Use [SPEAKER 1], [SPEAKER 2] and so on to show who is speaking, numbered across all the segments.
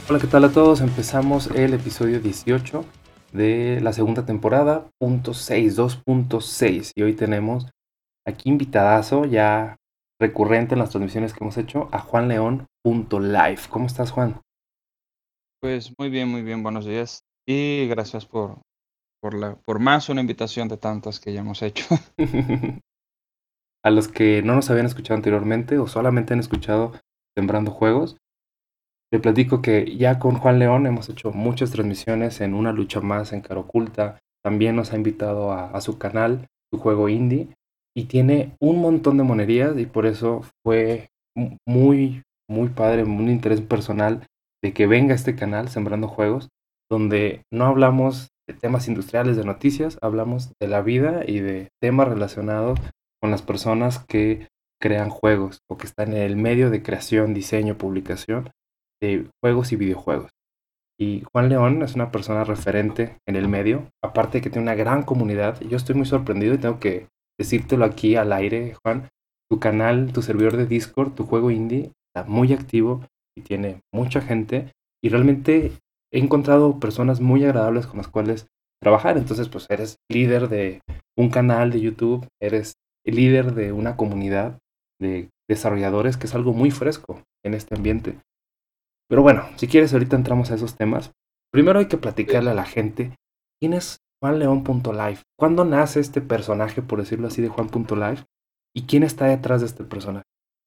[SPEAKER 1] Hola, ¿qué tal a todos? Empezamos el episodio 18 de la segunda temporada, punto 6, 2.6. Y hoy tenemos aquí invitadazo ya recurrente en las transmisiones que hemos hecho a Juan León, punto live. ¿Cómo estás, Juan?
[SPEAKER 2] Pues muy bien, buenos días. Y gracias por más una invitación de tantas que ya hemos hecho.
[SPEAKER 1] A los que no nos habían escuchado anteriormente o solamente han escuchado Sembrando Juegos, le platico que ya con Juan León hemos hecho muchas transmisiones en Una Lucha Más en Cara Oculta. También nos ha invitado a su canal, su juego indie, y tiene un montón de monerías y por eso fue muy, muy padre, un interés personal de que venga a este canal, Sembrando Juegos, donde no hablamos de temas industriales, de noticias, hablamos de la vida y de temas relacionados con las personas que crean juegos o que están en el medio de creación, diseño, publicación de juegos y videojuegos. Y Juan León es una persona referente en el medio, aparte de que tiene una gran comunidad. Yo estoy muy sorprendido y tengo que decírtelo aquí al aire, Juan. Tu canal, tu servidor de Discord, tu juego indie está muy activo y tiene mucha gente. Y realmente he encontrado personas muy agradables con las cuales trabajar. Entonces, pues eres líder de un canal de YouTube, eres líder de una comunidad de desarrolladores, que es algo muy fresco en este ambiente. Pero bueno, si quieres, ahorita entramos a esos temas. Primero hay que platicarle a la gente quién es Juan León.life. ¿Cuándo nace este personaje, por decirlo así, de Juan.life? ¿Y quién está detrás de este personaje?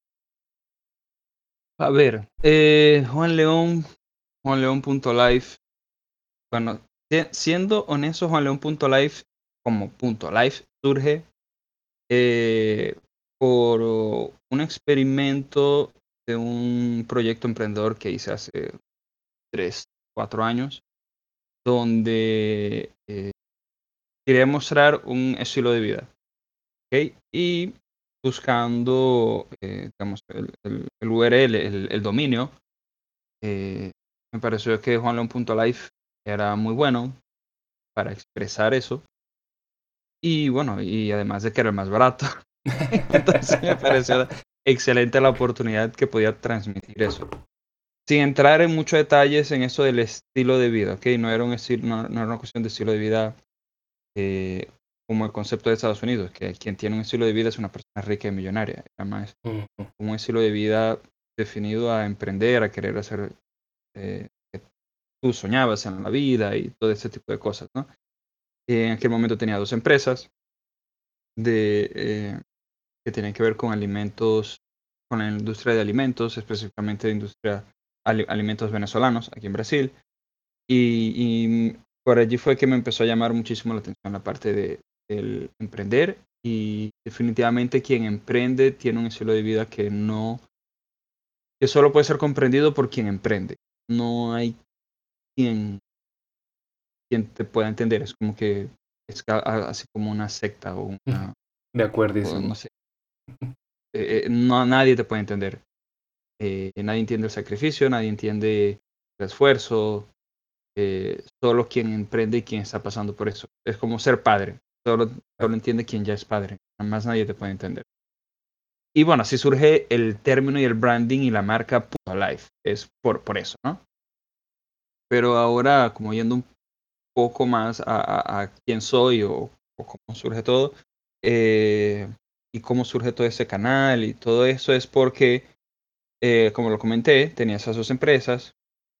[SPEAKER 2] A ver, Juan León.life. Bueno, siendo honesto, Juan León.life como punto life surge por un experimento de un proyecto emprendedor que hice hace 3, 4 años, donde quería mostrar un estilo de vida. ¿Ok? Y buscando, digamos, el URL, el dominio, eh, me pareció que juanleon.life era muy bueno para expresar eso. Y bueno, y además de que era el más barato. Entonces me pareció excelente la oportunidad que podía transmitir eso. Sin entrar en muchos detalles en eso del estilo de vida, ¿ok? No era un estilo, no era una cuestión de estilo de vida eh, como el concepto de Estados Unidos, que quien tiene un estilo de vida es una persona rica y millonaria. Además,
[SPEAKER 1] Ujú.
[SPEAKER 2] un estilo de vida definido a emprender, a querer hacer que tú soñabas en la vida y todo ese tipo de cosas, ¿no? En aquel momento tenía 2 empresas de, que tenían que ver con alimentos, con la industria de alimentos, específicamente de industria alimentos venezolanos aquí en Brasil. Y por allí fue que me empezó a llamar muchísimo la atención la parte del emprender y definitivamente quien emprende tiene un estilo de vida que solo puede ser comprendido por quien emprende. No hay quien, quien te pueda entender. Es como que es así como una secta o una,
[SPEAKER 1] De
[SPEAKER 2] o
[SPEAKER 1] acuerdísimo.
[SPEAKER 2] no sé, no, nadie te puede entender. Nadie entiende el sacrificio, nadie entiende el esfuerzo, solo quien emprende y quien está pasando por eso. Es como ser padre. Solo entiende quien ya es padre. Más nadie te puede entender. Y bueno, así surge el término y el branding y la marca Punto Life. Es por eso, ¿no? Pero ahora, como yendo un poco más a quién soy o cómo surge todo, eh, y cómo surge todo ese canal y todo eso es porque, como lo comenté, tenía esas 2 empresas.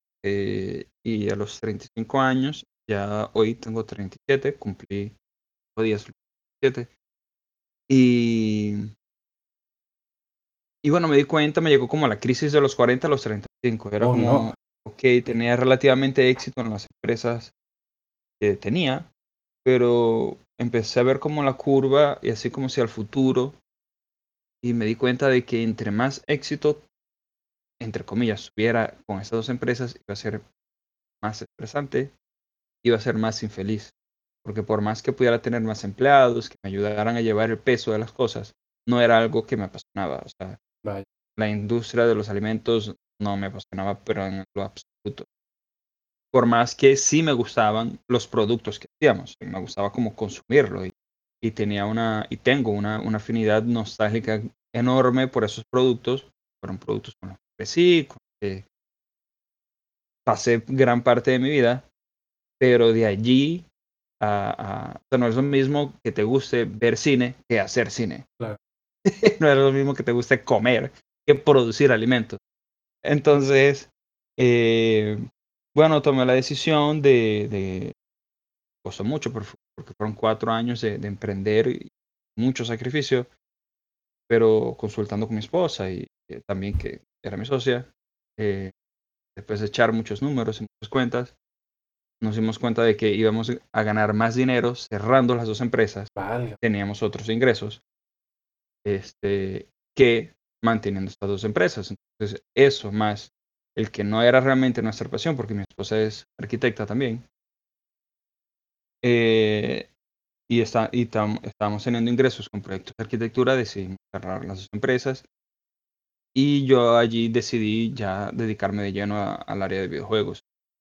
[SPEAKER 2] Y a los 35 años, ya hoy tengo 37, cumplí 10, 37. Y, y bueno, me di cuenta, me llegó como la crisis de los 40 a los 35. Era
[SPEAKER 1] Oh, no.
[SPEAKER 2] como, ok, tenía relativamente éxito en las empresas que tenía, pero empecé a ver como la curva y así como si al futuro. Y me di cuenta de que entre más éxito, entre comillas, tuviera con estas 2 empresas, iba a ser más estresante, iba a ser más infeliz. Porque por más que pudiera tener más empleados, que me ayudaran a llevar el peso de las cosas, no era algo que me apasionaba. O sea,
[SPEAKER 1] Vaya.
[SPEAKER 2] la industria de los alimentos no me apasionaba, pero en lo absoluto. Por más que sí me gustaban los productos que hacíamos, me gustaba como consumirlo y tenía y tengo una afinidad nostálgica enorme por esos productos. Fueron productos con los que crecí, pasé gran parte de mi vida, pero de allí o sea, no es lo mismo que te guste ver cine que hacer cine.
[SPEAKER 1] Claro.
[SPEAKER 2] No es lo mismo que te guste comer que producir alimentos. Entonces, eh, bueno, tomé la decisión costó mucho, porque fueron 4 años de emprender y mucho sacrificio, pero consultando con mi esposa y también que era mi socia, eh, después de echar muchos números y muchas cuentas, nos dimos cuenta de que íbamos a ganar más dinero cerrando las dos empresas,
[SPEAKER 1] Vale.
[SPEAKER 2] teníamos otros ingresos, que manteniendo estas dos empresas. Entonces, eso más el que no era realmente nuestra pasión, porque mi esposa es arquitecta también, eh, estábamos teniendo ingresos con proyectos de arquitectura, decidimos cerrar las dos empresas y yo allí decidí ya dedicarme de lleno al área de videojuegos.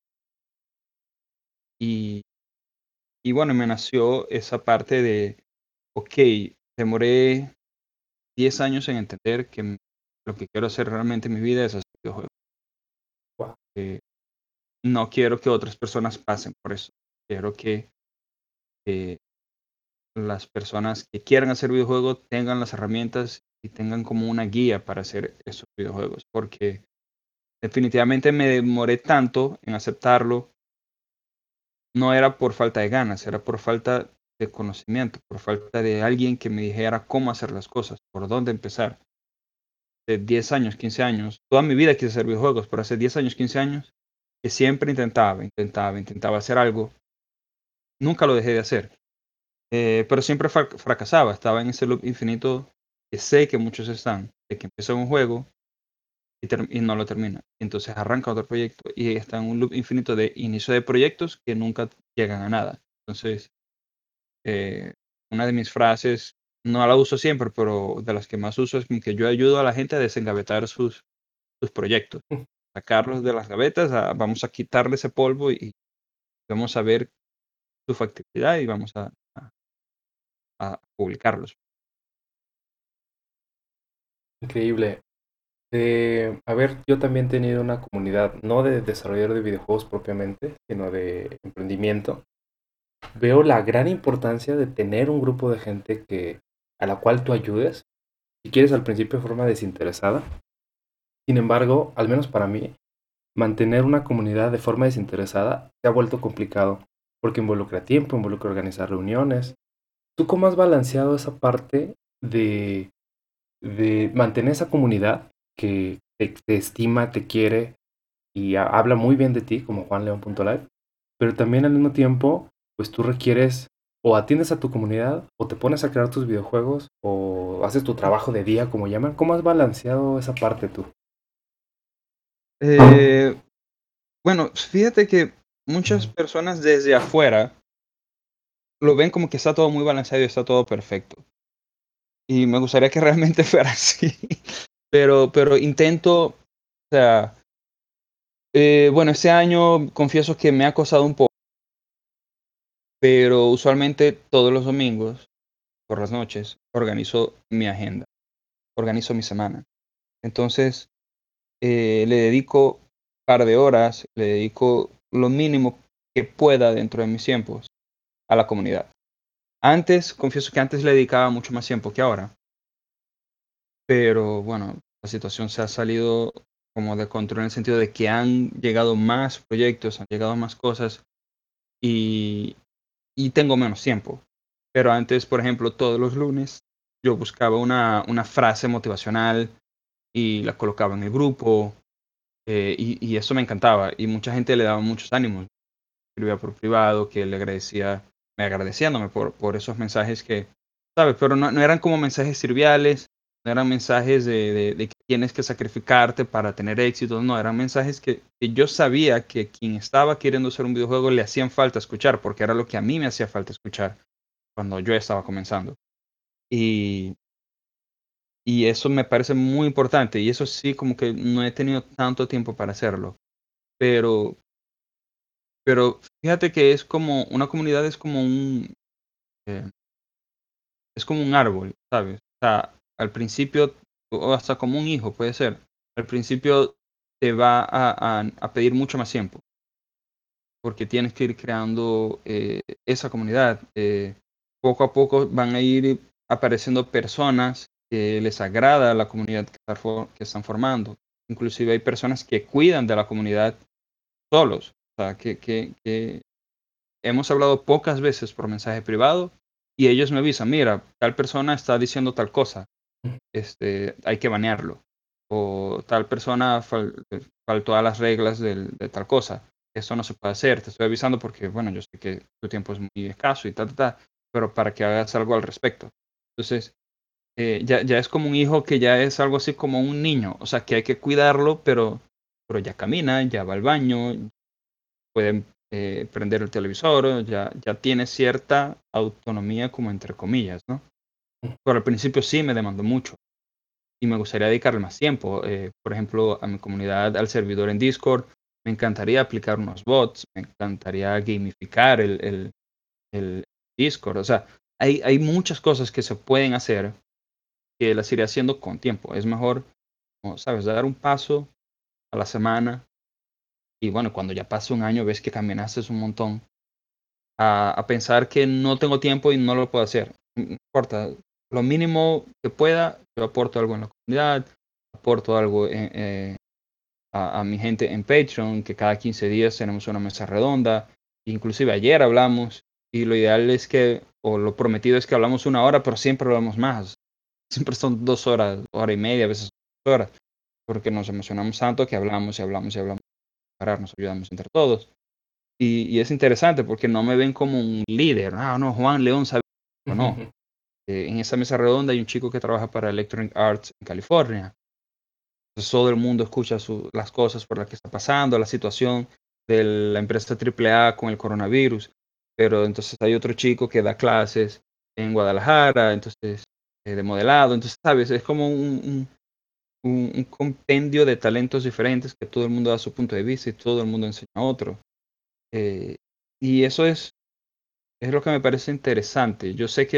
[SPEAKER 2] Y, y bueno, me nació esa parte de, ok, demoré 10 años en entender que lo que quiero hacer realmente en mi vida es hacer videojuegos.
[SPEAKER 1] Guau.
[SPEAKER 2] Eh, no quiero que otras personas pasen por eso. Quiero que eh, las personas que quieran hacer videojuegos tengan las herramientas y tengan como una guía para hacer esos videojuegos. Porque definitivamente me demoré tanto en aceptarlo. No era por falta de ganas, era por falta de conocimiento, por falta de alguien que me dijera cómo hacer las cosas, por dónde empezar. De 10 años, 15 años, toda mi vida quise hacer videojuegos, pero hace 10 años, 15 años, que siempre intentaba hacer algo, nunca lo dejé de hacer. Pero siempre fracasaba, estaba en ese loop infinito que sé que muchos están, de que empieza un juego y no lo termina. Entonces arranca otro proyecto y está en un loop infinito de inicio de proyectos que nunca llegan a nada. Entonces, eh, una de mis frases, no la uso siempre, pero de las que más uso es como que yo ayudo a la gente a desengavetar sus proyectos, sacarlos de las gavetas, vamos a quitarle ese polvo y vamos a ver su factibilidad y vamos a publicarlos.
[SPEAKER 1] Increíble. A ver, yo también he tenido una comunidad, no de desarrollador de videojuegos propiamente, sino de emprendimiento. Veo la gran importancia de tener un grupo de gente a la cual tú ayudes, si quieres al principio de forma desinteresada. Sin embargo, al menos para mí, mantener una comunidad de forma desinteresada se ha vuelto complicado, porque involucra tiempo, involucra organizar reuniones. ¿Tú cómo has balanceado esa parte de mantener esa comunidad que te estima, te quiere y habla muy bien de ti, como juanleon.live, pero también al mismo tiempo, pues tú requieres o atiendes a tu comunidad o te pones a crear tus videojuegos o haces tu trabajo de día, como llaman? ¿Cómo has balanceado esa parte tú?
[SPEAKER 2] Eh, bueno, fíjate que muchas personas desde afuera lo ven como que está todo muy balanceado y está todo perfecto. Y me gustaría que realmente fuera así. Pero intento, o sea, bueno, este año confieso que me ha costado un poco, pero usualmente todos los domingos, por las noches, organizo mi agenda, organizo mi semana. Entonces, le dedico un par de horas, le dedico lo mínimo que pueda dentro de mis tiempos a la comunidad. Antes, confieso que antes le dedicaba mucho más tiempo que ahora, pero bueno, la situación se ha salido como de control en el sentido de que han llegado más proyectos, han llegado más cosas y, y tengo menos tiempo. Pero antes, por ejemplo, todos los lunes yo buscaba una frase motivacional y la colocaba en el grupo, y eso me encantaba y mucha gente le daba muchos ánimos. Escribía por privado que le agradecía, me agradeciéndome por esos mensajes que, ¿sabes? Pero no eran como mensajes triviales, no eran mensajes de que tienes que sacrificarte para tener éxito, no, eran mensajes que yo sabía que quien estaba queriendo hacer un videojuego le hacían falta escuchar, porque era lo que a mí me hacía falta escuchar cuando yo estaba comenzando. Y, y eso me parece muy importante, y eso sí, como que no he tenido tanto tiempo para hacerlo, pero fíjate que es como una comunidad eh, es como un árbol, ¿sabes? O sea, al principio, o hasta como un hijo puede ser. Al principio te va a pedir mucho más tiempo, porque tienes que ir creando esa comunidad. Poco a poco van a ir apareciendo personas que les agrada la comunidad que están formando. Inclusive hay personas que cuidan de la comunidad solos. O sea, que hemos hablado pocas veces por mensaje privado y ellos me avisan, mira, tal persona está diciendo tal cosa, hay que banearlo. O tal persona faltó a las reglas de tal cosa. Eso no se puede hacer. Te estoy avisando porque, bueno, yo sé que tu tiempo es muy escaso y tal, pero para que hagas algo al respecto. Entonces, ya es como un hijo que ya es algo así como un niño. O sea, que hay que cuidarlo, pero ya camina, ya va al baño, puede prender el televisor, ya tiene cierta autonomía como entre comillas, ¿no? Pero al principio sí me demandó mucho y me gustaría dedicarle más tiempo. Por ejemplo, a mi comunidad, al servidor en Discord, me encantaría aplicar unos bots, me encantaría gamificar el Discord. O sea, hay muchas cosas que se pueden hacer que las iré haciendo con tiempo. Es mejor, como, ¿sabes? Dar un paso a la semana y bueno, cuando ya pasa un año ves que caminaste un montón a pensar que no tengo tiempo y no lo puedo hacer. No importa, lo mínimo que pueda, yo aporto algo en la comunidad, aporto algo a mi gente en Patreon, que cada 15 días tenemos una mesa redonda. Inclusive ayer hablamos y lo ideal es que, o lo prometido es que hablamos 1 hora, pero siempre hablamos más. Siempre son 2 horas, hora y media, a veces 2 horas, porque nos emocionamos tanto que hablamos y hablamos y hablamos, parar, nos ayudamos entre todos. Y es interesante porque no me ven como un líder. Ah, no, Juan León sabe. O no. En esa mesa redonda hay un chico que trabaja para Electronic Arts en California. Entonces todo el mundo escucha las cosas por las que está pasando, la situación de la empresa AAA con el coronavirus. Pero entonces hay otro chico que da clases en Guadalajara, entonces de modelado. Entonces, ¿sabes? Es como un compendio de talentos diferentes que todo el mundo da su punto de vista y todo el mundo enseña a otro. Eh, y eso es lo que me parece interesante. Yo sé que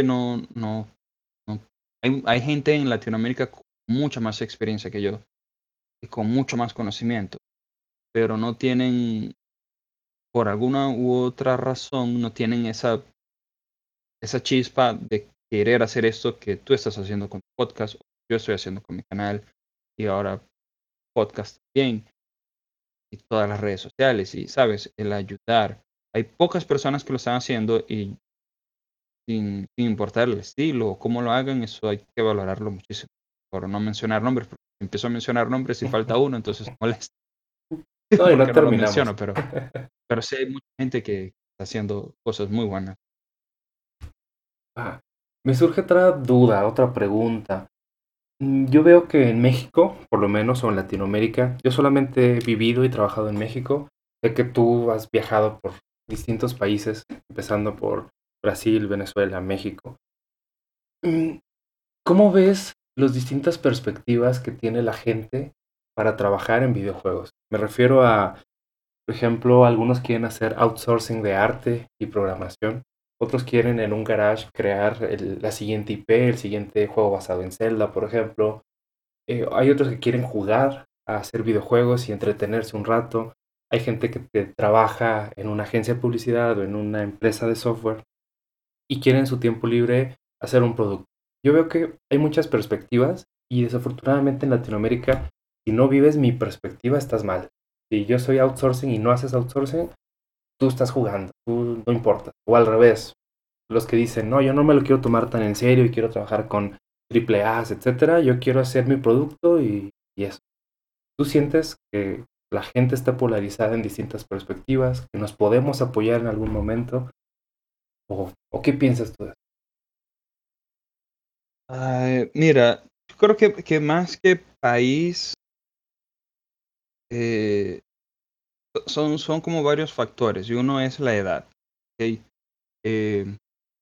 [SPEAKER 2] no hay gente en Latinoamérica con mucha más experiencia que yo y con mucho más conocimiento, pero no tienen, por alguna u otra razón, no tienen esa chispa de querer hacer esto que tú estás haciendo con tu podcast, o yo estoy haciendo con mi canal y ahora podcast también y todas las redes sociales y, ¿sabes? El ayudar. Hay pocas personas que lo están haciendo y sin importar el estilo o cómo lo hagan, eso hay que valorarlo muchísimo. Por no mencionar nombres, porque si empiezo a mencionar nombres y falta uno, entonces molesta
[SPEAKER 1] No, y no
[SPEAKER 2] porque no lo
[SPEAKER 1] terminamos.
[SPEAKER 2] menciono, pero sí hay mucha gente que está haciendo cosas muy buenas.
[SPEAKER 1] Ah, me surge otra duda, otra pregunta. Yo veo que en México, por lo menos, o en Latinoamérica, yo solamente he vivido y trabajado en México. Sé que tú has viajado por distintos países, empezando por Brasil, Venezuela, México. Mm, ¿Cómo ves las distintas perspectivas que tiene la gente para trabajar en videojuegos? Me refiero a, por ejemplo, algunos quieren hacer outsourcing de arte y programación. Otros quieren en un garage crear la siguiente IP, el siguiente juego basado en Zelda, por ejemplo. Hay otros que quieren jugar a hacer videojuegos y entretenerse un rato. Hay gente que trabaja en una agencia de publicidad o en una empresa de software y quiere en su tiempo libre hacer un producto. Yo veo que hay muchas perspectivas y desafortunadamente en Latinoamérica, si no vives mi perspectiva, estás mal. Si yo soy outsourcing y no haces outsourcing, tú estás jugando, tú no importa. O al revés, los que dicen, no, yo no me lo quiero tomar tan en serio y quiero trabajar con triple A's, etcétera, yo quiero hacer mi producto y eso. ¿Tú sientes que la gente está polarizada en distintas perspectivas, que nos podemos apoyar en algún momento? ¿O qué piensas tú de eso?
[SPEAKER 2] Mira, yo creo que más que país, eh, son como varios factores y uno es la edad. ¿Ok? Eh,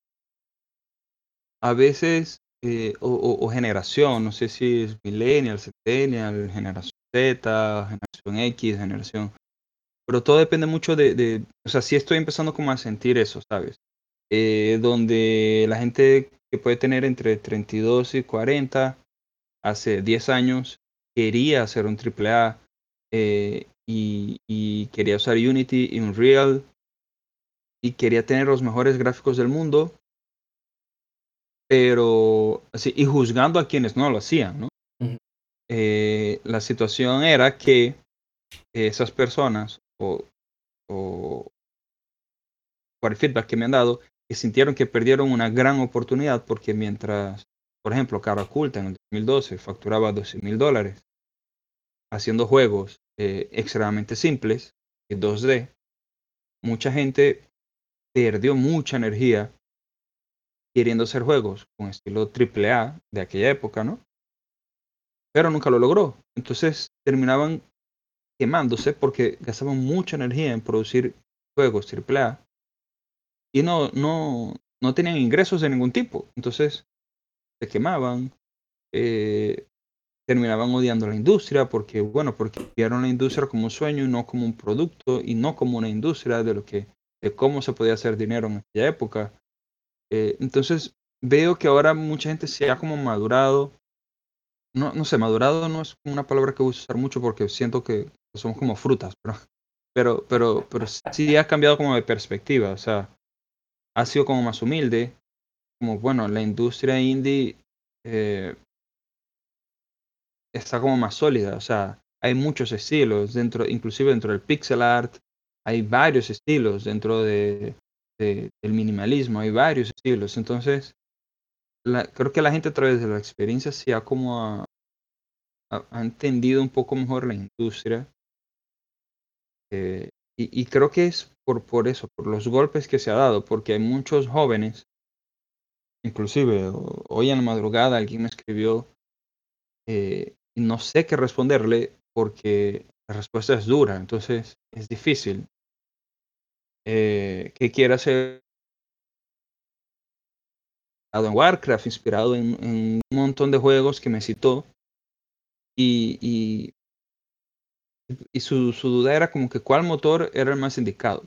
[SPEAKER 2] a veces, o generación, no sé si es millennial, centennial, generación Z, generación X, generación, pero todo depende mucho o sea, sí estoy empezando como a sentir eso, ¿sabes? Donde la gente que puede tener entre 32 y 40 hace 10 años quería hacer un triple A, y quería usar Unity y Unreal y quería tener los mejores gráficos del mundo, pero así, y juzgando a quienes no lo hacían, ¿no?
[SPEAKER 1] Ujú.
[SPEAKER 2] La situación era que esas personas, o por el feedback que me han dado, que sintieron que perdieron una gran oportunidad porque mientras, por ejemplo, Cara Oculta en el 2012 facturaba $12,000 haciendo juegos extremadamente simples, 2D, mucha gente perdió mucha energía queriendo hacer juegos con estilo AAA de aquella época, ¿no? Pero nunca lo logró. Entonces terminaban quemándose porque gastaban mucha energía en producir juegos AAA y no tenían ingresos de ningún tipo. Entonces se quemaban, eh, terminaban odiando la industria porque, bueno, porque vieron la industria como un sueño y no como un producto y no como una industria de cómo se podía hacer dinero en aquella época. Entonces veo que ahora mucha gente se ha como madurado. No sé, madurado no es una palabra que voy a usar mucho porque siento que somos como frutas, pero sí ha cambiado como de perspectiva. O sea, ha sido como más humilde, como bueno, la industria indie eh, está como más sólida. O sea, hay muchos estilos dentro, inclusive dentro del pixel art, hay varios estilos dentro del minimalismo, hay varios estilos. Entonces, creo que la gente a través de la experiencia sí ha como ha entendido un poco mejor la industria. Y creo que es por eso, por los golpes que se ha dado, porque hay muchos jóvenes, inclusive hoy en la madrugada alguien me escribió y no sé qué responderle porque la respuesta es dura, entonces es difícil. ¿Qué quiere hacer? Inspirado en Warcraft, inspirado en un montón de juegos que me citó y, y, y su duda era como que cuál motor era el más indicado.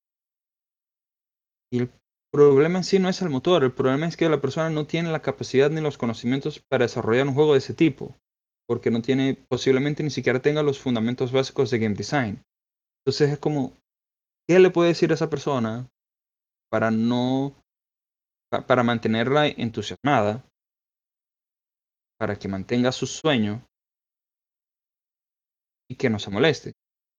[SPEAKER 2] Y el problema en sí no es el motor, el problema es que la persona no tiene la capacidad ni los conocimientos para desarrollar un juego de ese tipo, porque no tiene, posiblemente ni siquiera tenga los fundamentos básicos de game design. Entonces es como, ¿qué le puede decir a esa persona para no, para mantenerla entusiasmada, para que mantenga su sueño y que no se moleste?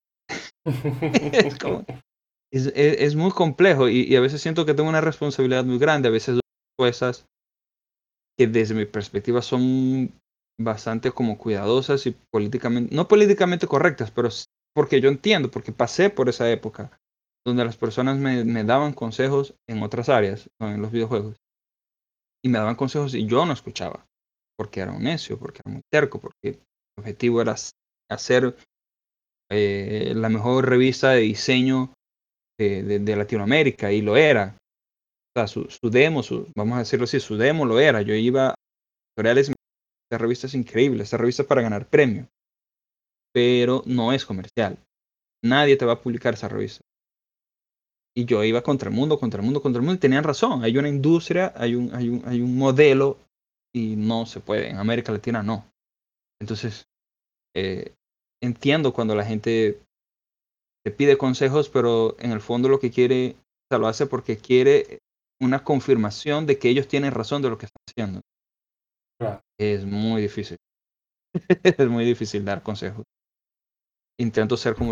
[SPEAKER 2] Es como, es muy complejo y a veces siento que tengo una responsabilidad muy grande, a veces doy respuestas que desde mi perspectiva son bastante como cuidadosas y políticamente, no políticamente correctas, pero porque yo entiendo, porque pasé por esa época donde las personas me daban consejos en otras áreas, no en los videojuegos, y me daban consejos y yo no escuchaba, porque era un necio, porque era muy terco, porque el objetivo era hacer la mejor revista de diseño de Latinoamérica, y lo era. O sea, su demo, vamos a decirlo así, su demo lo era. Yo iba a tutoriales. Esta revista es increíble, esta revista es para ganar premio, pero no es comercial. Nadie te va a publicar esa revista. Y yo iba contra el mundo, contra el mundo, contra el mundo, y tenían razón. Hay una industria, hay un modelo, y no se puede. En América Latina no. Entonces, eh, entiendo cuando la gente te pide consejos, pero en el fondo lo que quiere, o sea, lo hace porque quiere una confirmación de que ellos tienen razón de lo que están haciendo.
[SPEAKER 1] Claro.
[SPEAKER 2] Es muy difícil. Es muy difícil dar consejos. Intento ser como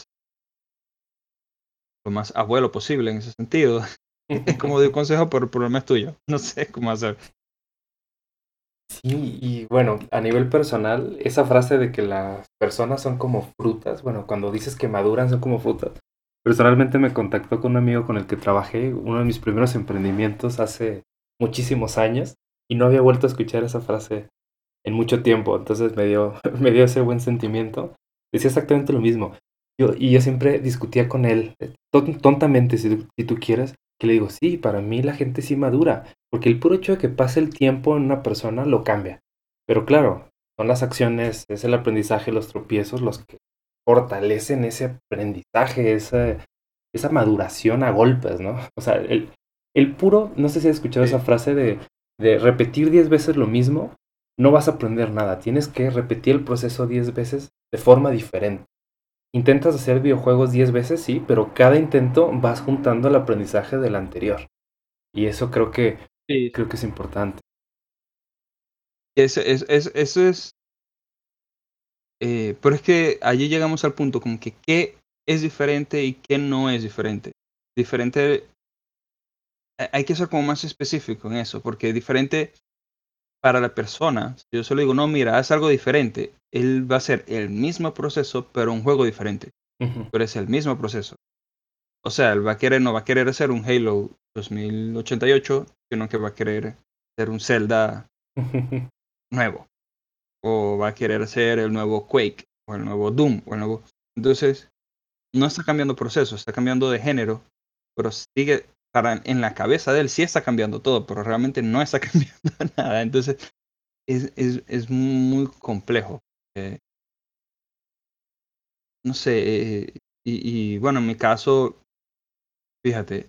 [SPEAKER 2] lo más abuelo posible en ese sentido. Es como de consejo, pero el problema es tuyo. No sé cómo hacer.
[SPEAKER 1] Sí, y bueno, a nivel personal, esa frase de que las personas son como frutas, bueno, cuando dices que maduran son como frutas, personalmente me contactó con un amigo con el que trabajé, uno de mis primeros emprendimientos hace muchísimos años, y no había vuelto a escuchar esa frase en mucho tiempo, entonces me dio ese buen sentimiento. Decía exactamente lo mismo. Yo siempre discutía con él, tontamente, si tú quieres, que le digo, sí, para mí la gente sí madura, porque el puro hecho de que pase el tiempo en una persona lo cambia. Pero claro, son las acciones, es el aprendizaje, los tropiezos los que fortalecen ese aprendizaje, esa maduración a golpes, ¿no? O sea, el puro, no sé si has escuchado esa
[SPEAKER 2] Sí.
[SPEAKER 1] frase de repetir 10 veces lo mismo, no vas a aprender nada. Tienes que repetir el proceso 10 veces de forma diferente. intentas hacer videojuegos 10 veces, sí, pero cada intento vas juntando el aprendizaje del anterior. Y eso
[SPEAKER 2] Sí,
[SPEAKER 1] creo que es importante.
[SPEAKER 2] eso es, pero es que allí llegamos al punto como que qué es diferente y qué no es diferente. Diferente, hay que ser como más específico en eso, porque diferente para la persona, si yo solo digo, no, mira, haz algo diferente, él va a hacer el mismo proceso, pero un juego diferente,
[SPEAKER 1] Ujú.
[SPEAKER 2] pero es el mismo proceso. O sea, él va a querer, no va a querer hacer un Halo 2088, sino que va a querer hacer un Zelda nuevo, o va a querer hacer el nuevo Quake, o el nuevo Doom, o el nuevo... Entonces, no está cambiando proceso, está cambiando de género, pero sigue, en la cabeza de él sí está cambiando todo, pero realmente no está cambiando nada. Entonces, es muy complejo. Eh, no sé, bueno, en mi caso, fíjate,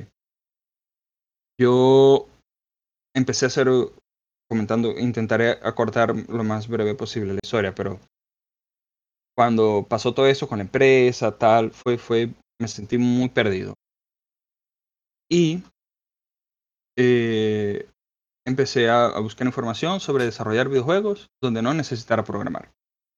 [SPEAKER 2] yo empecé a hacer, comentando, intentaré acortar lo más breve posible la historia, pero cuando pasó todo eso con la empresa, tal, me sentí muy perdido. Y eh, empecé a buscar información sobre desarrollar videojuegos donde no necesitara programar.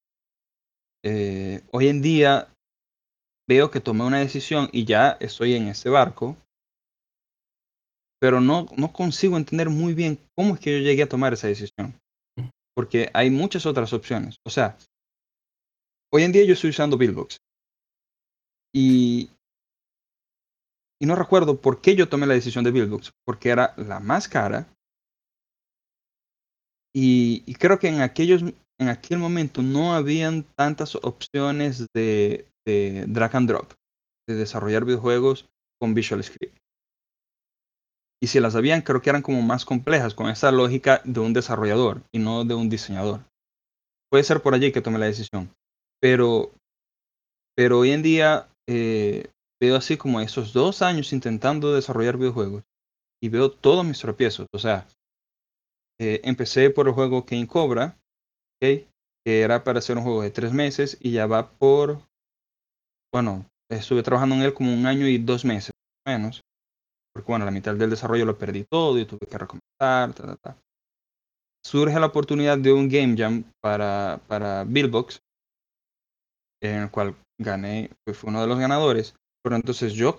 [SPEAKER 2] Hoy en día veo que tomé una decisión y ya estoy en ese barco, pero no consigo entender muy bien cómo es que yo llegué a tomar esa decisión, porque hay muchas otras opciones. O sea, hoy en día yo estoy usando Buildbox y, y no recuerdo por qué yo tomé la decisión de Buildbox, porque era la más cara y creo que en aquel momento no habían tantas opciones de drag and drop, de desarrollar videojuegos con Visual Script. Y si las habían, creo que eran como más complejas, con esa lógica de un desarrollador y no de un diseñador. Puede ser por allí que tomé la decisión. Pero, pero hoy en día veo así como esos 2 años intentando desarrollar videojuegos y veo todos mis tropiezos. O sea, empecé por el juego King Cobra, ¿ok? Que era para hacer un juego de 3 meses y ya va por, bueno, estuve trabajando en él como 1 año y 2 meses, menos, porque bueno, la mitad del desarrollo lo perdí todo y tuve que recomenzar, ta, ta, ta. Surge la oportunidad de un Game Jam para Billbox, en el cual gané, pues fui uno de los ganadores. Pero entonces yo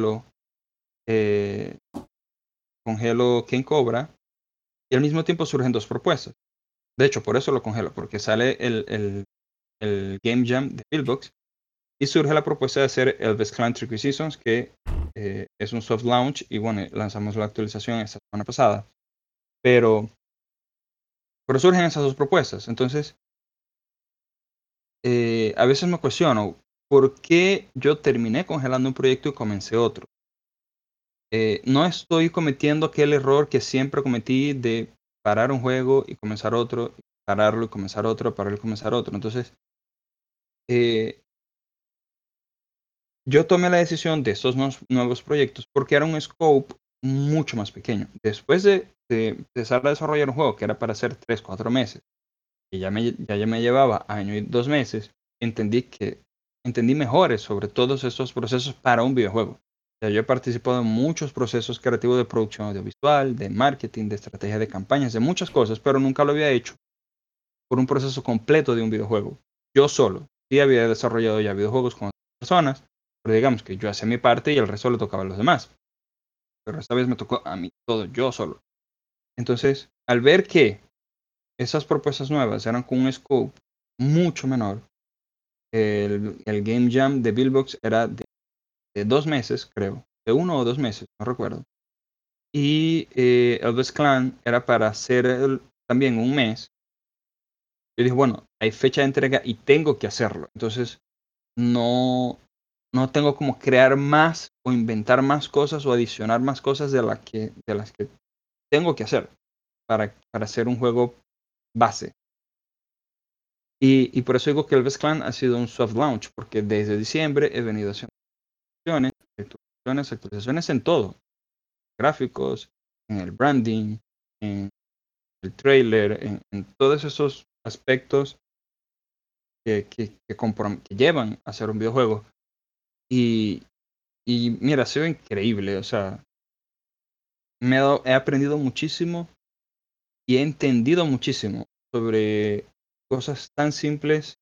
[SPEAKER 2] eh, congelo King Cobra y al mismo tiempo surgen dos propuestas. De hecho, por eso lo congelo, porque sale el Game Jam de Billbox y surge la propuesta de hacer Elvis Clan Tricky Seasons, que es un soft launch y bueno, lanzamos la actualización esta semana pasada. Pero, pero surgen esas dos propuestas. Entonces, a veces me cuestiono, ¿por qué yo terminé congelando un proyecto y comencé otro? No estoy cometiendo aquel error que siempre cometí de parar un juego y comenzar otro, pararlo y comenzar otro, pararlo y comenzar otro. Entonces, eh, yo tomé la decisión de estos nuevos proyectos porque era un scope mucho más pequeño. Después de empezar a desarrollar un juego que era para hacer 3 4 meses, y ya me llevaba 1 año y 2 meses, entendí mejores sobre todos estos procesos para un videojuego. O sea, yo he participado en muchos procesos creativos de producción audiovisual, de marketing, de estrategia de campañas, de muchas cosas, pero nunca lo había hecho por un proceso completo de un videojuego. Yo solo. Sí había desarrollado ya videojuegos con otras personas, pero digamos que yo hacía mi parte y el resto le tocaba a los demás. Pero esta vez me tocó a mí todo, yo solo. Entonces, al ver que esas propuestas nuevas eran con un scope mucho menor, el Game Jam de Billbox era de 2 meses, creo, de 1 o 2 meses, no recuerdo. Y Elvis Clan era para hacer también un mes. Yo dije, bueno, hay fecha de entrega y tengo que hacerlo. Entonces, no, no tengo como crear más o inventar más cosas o adicionar más cosas de las que tengo que hacer para hacer un juego base. Y por eso digo que el Best Clan ha sido un soft launch, porque desde diciembre he venido haciendo actualizaciones en todo, gráficos, en el branding, en el trailer, en todos esos aspectos que llevan a hacer un videojuego. Y, y mira, ha sido increíble. O sea, he aprendido muchísimo y he entendido muchísimo sobre cosas tan simples,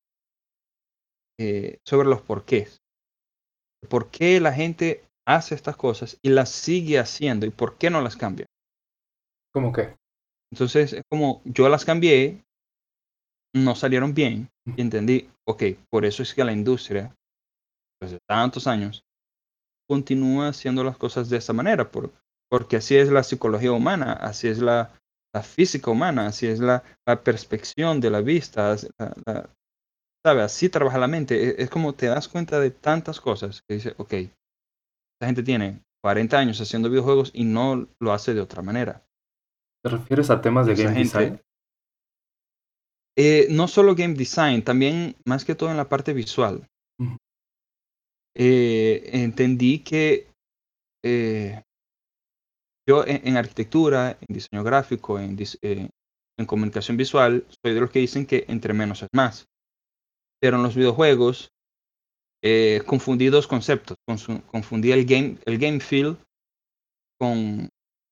[SPEAKER 2] sobre los porqués. ¿Por qué la gente hace estas cosas y las sigue haciendo y por qué no las cambia?
[SPEAKER 1] ¿Cómo qué?
[SPEAKER 2] Entonces, es como yo las cambié, no salieron bien y entendí, ok, por eso es que la industria, desde tantos años, continúa haciendo las cosas de esta manera, porque así es la psicología humana, así es la física humana, así es la perspección de la vista, ¿sabe? Así trabaja la mente. Es como te das cuenta de tantas cosas que dice, ok, esta gente tiene 40 años haciendo videojuegos y no lo hace de otra manera.
[SPEAKER 1] ¿Te refieres a temas de
[SPEAKER 2] Esa
[SPEAKER 1] game
[SPEAKER 2] gente,
[SPEAKER 1] design?
[SPEAKER 2] no solo game design, también más que todo en la parte visual.
[SPEAKER 1] Ujú.
[SPEAKER 2] Entendí que eh, yo en arquitectura, en diseño gráfico, en comunicación visual, soy de los que dicen que entre menos es más. Pero en los videojuegos confundí dos conceptos. Confundí el game feel con,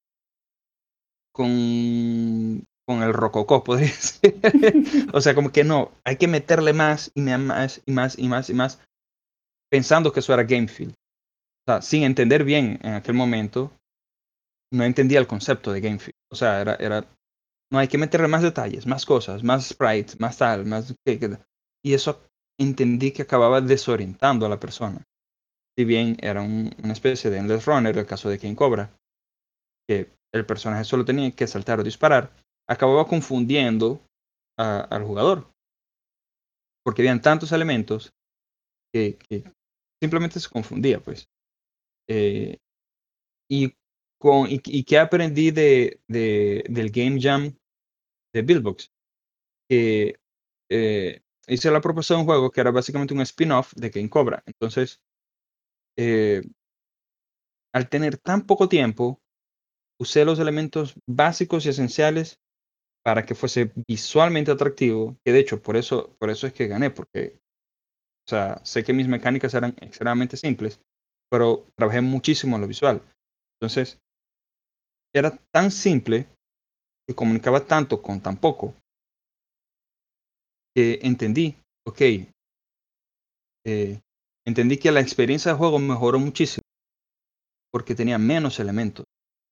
[SPEAKER 2] con el rococó, podría decir. O sea, como que no, hay que meterle más y más y más y más y más, pensando que eso era game feel. O sea, sin entender bien en aquel momento, no entendía el concepto de game feel. O sea, no hay que meterle más detalles, más cosas, más sprites, más tal, más... Y eso entendí que acababa desorientando a la persona. Si bien era una especie de endless runner, el caso de King Cobra, que el personaje solo tenía que saltar o disparar, acababa confundiendo al jugador, porque habían tantos elementos que simplemente se confundía, pues. Eh, y, y que aprendí del Game Jam de Billbox, que hice la propuesta de un juego que era básicamente un spin-off de King Cobra. Entonces, eh, al tener tan poco tiempo, usé los elementos básicos y esenciales para que fuese visualmente atractivo, que de hecho por eso es que gané, porque, o sea, sé que mis mecánicas eran extremadamente simples, pero trabajé muchísimo en lo visual. Entonces, era tan simple y comunicaba tanto con tan poco que entendí, ok, entendí que la experiencia de juego mejoró muchísimo porque tenía menos elementos.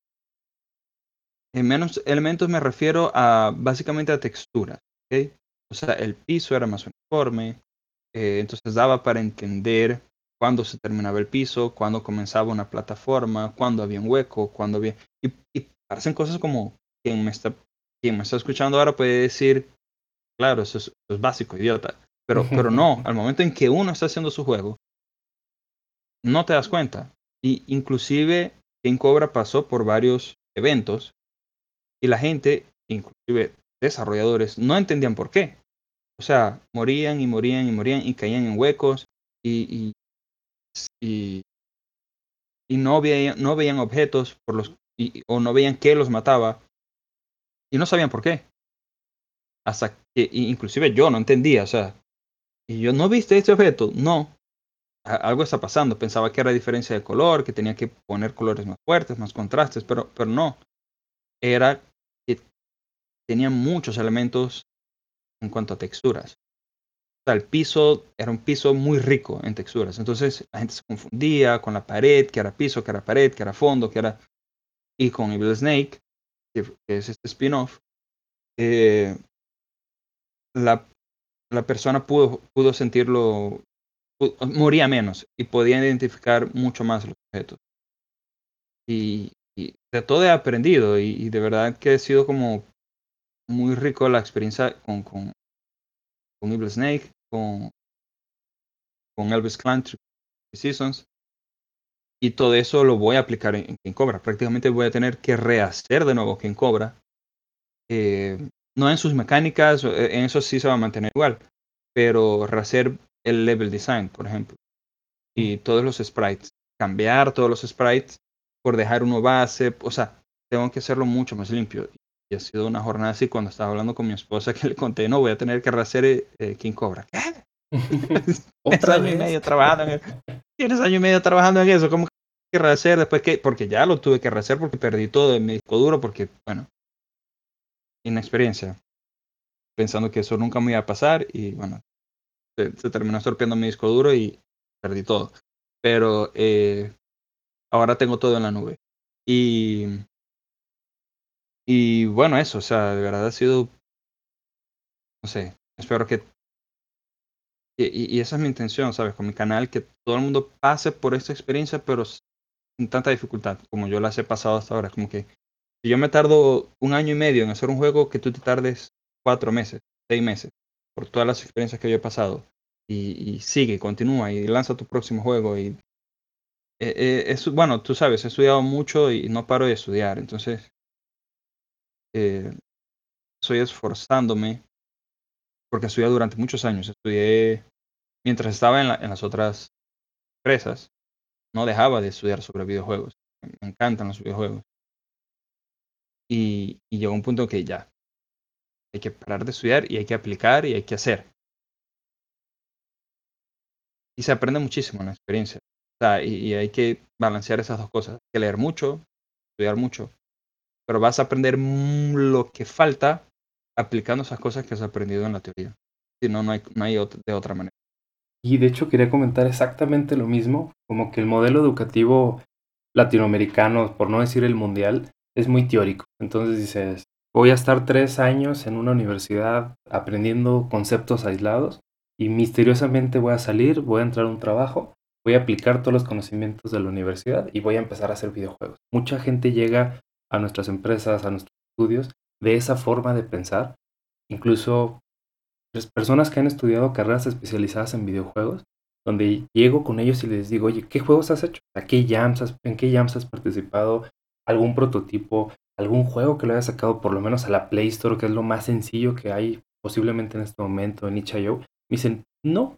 [SPEAKER 2] En menos elementos me refiero a básicamente a texturas, ¿ok? O sea, el piso era más uniforme, entonces daba para entender cuándo se terminaba el piso, cuándo comenzaba una plataforma, cuándo había un hueco, cuándo había... Y parecen cosas como quien me está escuchando ahora puede decir, claro, eso es básico, idiota. Pero no, al momento en que uno está haciendo su juego, no te das cuenta. Y inclusive, King Cobra pasó por varios eventos y la gente, inclusive desarrolladores, no entendían por qué. O sea, morían y morían y morían y caían en huecos y, y, y no veían objetos o no veían qué los mataba y no sabían por qué. Hasta que inclusive yo no entendía, o sea, y yo no viste este objeto, no, algo está pasando. Pensaba que era diferencia de color, que tenía que poner colores más fuertes, más contrastes, pero no, era que tenía muchos elementos en cuanto a texturas. O sea, el piso era un piso muy rico en texturas. Entonces la gente se confundía con la pared, que era piso, que era pared, que era fondo, que era... Y con Evil Snake, que es este spin-off, eh, la, la persona pudo sentirlo, moría menos y podía identificar mucho más los objetos. Y de todo he aprendido y de verdad que ha sido como muy rico la experiencia con Evil Snake, con Elvis Clan, Three Seasons. Y todo eso lo voy a aplicar en King Cobra. Prácticamente voy a tener que rehacer de nuevo King Cobra. No en sus mecánicas, en eso sí se va a mantener igual. Pero rehacer el level design, por ejemplo. Y todos los sprites. Cambiar todos los sprites por dejar uno base. O sea, tengo que hacerlo mucho más limpio. Y ha sido una jornada así cuando estaba hablando con mi esposa que le conté, no, voy a tener que rehacer King Cobra. ¿Qué? Tienes
[SPEAKER 1] ¿Otra
[SPEAKER 2] año y
[SPEAKER 1] vez?
[SPEAKER 2] medio trabajando en tienes año y medio trabajando en eso, ¿cómo que rehacer después que? Porque ya lo tuve que rehacer porque perdí todo en mi disco duro, porque, bueno, inexperiencia, pensando que eso nunca me iba a pasar y, bueno, se terminó estropeando mi disco duro y perdí todo. Pero ahora tengo todo en la nube. Y, y bueno, eso, o sea, de verdad ha sido, no sé, espero que y esa es mi intención, ¿sabes? Con mi canal, que todo el mundo pase por esta experiencia, pero sin tanta dificultad como yo las he pasado hasta ahora. Como que si yo me tardo un año y medio en hacer un juego, que tú te tardes 4 meses, 6 meses, por todas las experiencias que yo he pasado. Y sigue, continúa y lanza tu próximo juego. Y bueno, tú sabes, he estudiado mucho y no paro de estudiar. Entonces, eh, estoy esforzándome, porque estudié durante muchos años. Estudié mientras estaba en las otras empresas. No dejaba de estudiar sobre videojuegos. Me encantan los videojuegos. Y llegó un punto que ya, hay que parar de estudiar y hay que aplicar y hay que hacer. Y se aprende muchísimo en la experiencia. O sea, y hay que balancear esas dos cosas. Hay que leer mucho, estudiar mucho, pero vas a aprender lo que falta aplicando esas cosas que has aprendido en la teoría. Si no, no hay de otra manera.
[SPEAKER 1] Y de hecho quería comentar exactamente lo mismo, como que el modelo educativo latinoamericano, por no decir el mundial, es muy teórico. Entonces dices, voy a estar 3 años en una universidad aprendiendo conceptos aislados y misteriosamente voy a salir, voy a entrar a un trabajo, voy a aplicar todos los conocimientos de la universidad y voy a empezar a hacer videojuegos. Mucha gente llega a nuestras empresas, a nuestros estudios, de esa forma de pensar. Incluso personas que han estudiado carreras especializadas en videojuegos, donde llego con ellos y les digo, oye, ¿qué juegos has hecho? ¿En qué jams has participado? ¿Algún prototipo? ¿Algún juego que lo hayas sacado por lo menos a la Play Store, que es lo más sencillo que hay posiblemente en este momento en itch.io? Me dicen, no,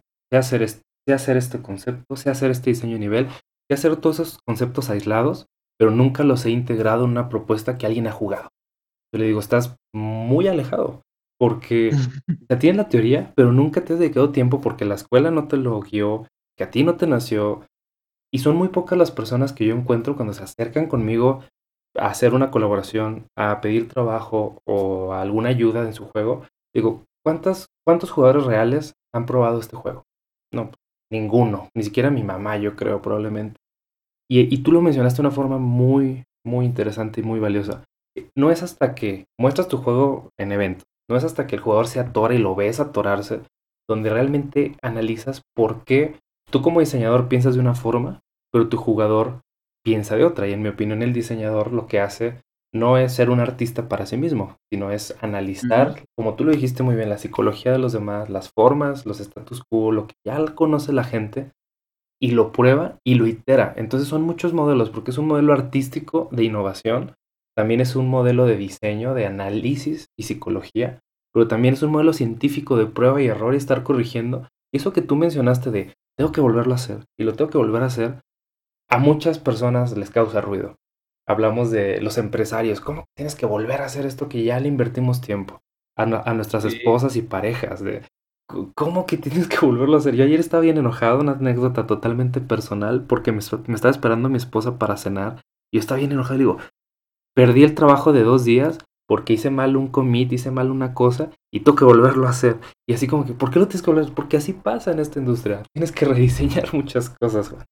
[SPEAKER 1] sé hacer este concepto, sé hacer este diseño de nivel, sé hacer todos esos conceptos aislados, pero nunca los he integrado en una propuesta que alguien ha jugado. Yo le digo, estás muy alejado, porque ya tienes la teoría, pero nunca te has dedicado tiempo porque la escuela no te lo guió, que a ti no te nació, y son muy pocas las personas que yo encuentro cuando se acercan conmigo a hacer una colaboración, a pedir trabajo o alguna ayuda en su juego. Digo, ¿cuántos jugadores reales han probado este juego? No, ninguno, ni siquiera mi mamá, yo creo, probablemente. Y tú lo mencionaste de una forma muy, muy interesante y muy valiosa. No es hasta que muestras tu juego en evento, no es hasta que el jugador se atora y lo ves atorarse, donde realmente analizas por qué tú como diseñador piensas de una forma, pero tu jugador piensa de otra. Y en mi opinión, el diseñador lo que hace no es ser un artista para sí mismo, sino es
[SPEAKER 2] Ujú.
[SPEAKER 1] analizar, como tú lo dijiste muy bien, la psicología de los demás, las formas, los status quo, lo que ya conoce la gente y lo prueba y lo itera. Entonces son muchos modelos, porque es un modelo artístico de innovación, también es un modelo de diseño, de análisis y psicología, pero también es un modelo científico de prueba y error y estar corrigiendo. Y eso que tú mencionaste de tengo que volverlo a hacer y lo tengo que volver a hacer, a muchas personas les causa ruido. Hablamos de los empresarios, ¿cómo tienes que volver a hacer esto que ya le invertimos tiempo? A nuestras
[SPEAKER 2] Sí.
[SPEAKER 1] esposas y parejas, de ¿cómo que tienes que volverlo a hacer? Yo ayer estaba bien enojado, una anécdota totalmente personal, porque me estaba esperando mi esposa para cenar, y yo estaba bien enojado y digo, perdí el trabajo de 2 días porque hice mal un commit, hice mal una cosa, y tengo que volverlo a hacer. Y así como que, ¿por qué lo tienes que volver? Porque así pasa en esta industria. Tienes que rediseñar muchas cosas, Juan.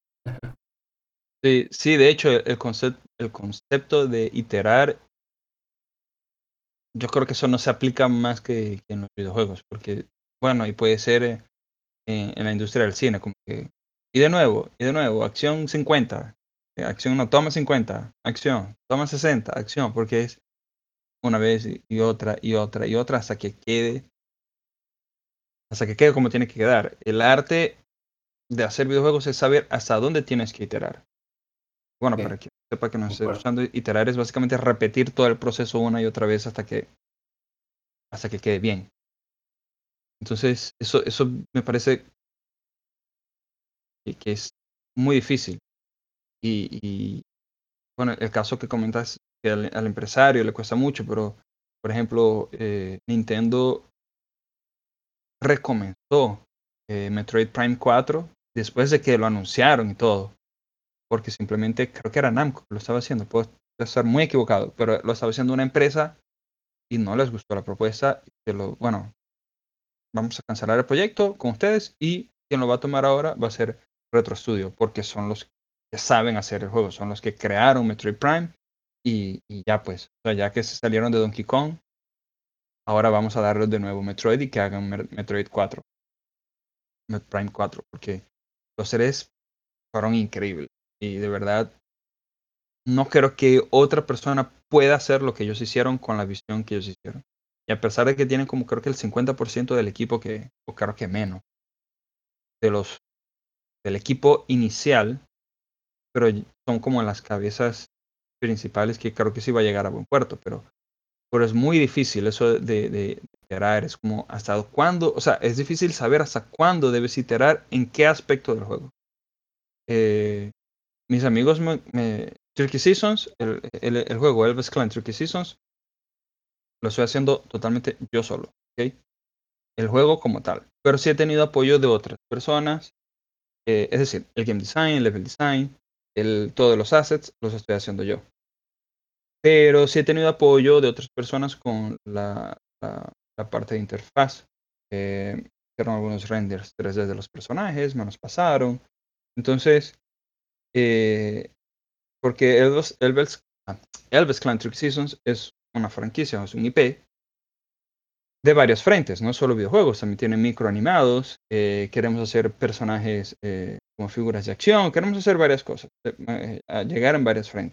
[SPEAKER 2] Sí, sí, de hecho, el concepto de iterar, yo creo que eso no se aplica más que en los videojuegos, porque, bueno, y puede ser en la industria del cine, como que, y de nuevo, acción 50, acción no, toma 50, acción, toma 60, acción, porque es una vez y otra y otra y otra hasta que quede como tiene que quedar. El arte de hacer videojuegos es saber hasta dónde tienes que iterar. Bueno,
[SPEAKER 1] Sí,
[SPEAKER 2] para que sepa que nos esté
[SPEAKER 1] concuerdo.
[SPEAKER 2] escuchando, iterar es básicamente repetir todo el proceso una y otra vez hasta que quede bien. Entonces, eso me parece que es muy difícil. Y bueno, el caso que comentas, que al empresario le cuesta mucho, pero Por ejemplo, Nintendo recomenzó Metroid Prime 4 después de que lo anunciaron y todo, porque simplemente creo que era Namco que lo estaba haciendo, puedo estar muy equivocado, pero lo estaba haciendo una empresa y no les gustó la propuesta, bueno, vamos a cancelar el proyecto con ustedes y quien lo va a tomar ahora va a ser Retro Studio, porque son los que saben hacer el juego, son los que crearon Metroid Prime y ya pues, o sea, ya que se salieron de Donkey Kong, ahora vamos a darles de nuevo Metroid y que hagan Metroid 4, Metroid Prime 4, porque los seres fueron increíbles y de verdad no creo que otra persona pueda hacer lo que ellos hicieron con la visión que ellos hicieron. Y a pesar de que tienen como creo que el 50% del equipo o creo que menos, de los, del equipo inicial, pero son como las cabezas principales que creo que sí va a llegar a buen puerto, pero es muy difícil eso de iterar, es como hasta cuándo, o sea, es difícil saber hasta cuándo debes iterar en qué aspecto del juego. Eh, mis amigos Tricky Seasons, el juego Elvis Clan Tricky Seasons, lo estoy haciendo totalmente yo solo, ¿ok? El juego como tal. Pero sí he tenido apoyo de otras personas, es decir, el game design, level design, todos los assets los estoy haciendo yo. Pero sí he tenido apoyo de otras personas con la parte de interfaz. Hicieron algunos renders 3D de los personajes, me los pasaron. Entonces, eh, porque Elvis Clan Trick Seasons es una franquicia, es un IP de varios frentes, no solo videojuegos, también tiene microanimados, queremos hacer personajes como figuras de acción, queremos hacer varias cosas, a llegar en varios frentes.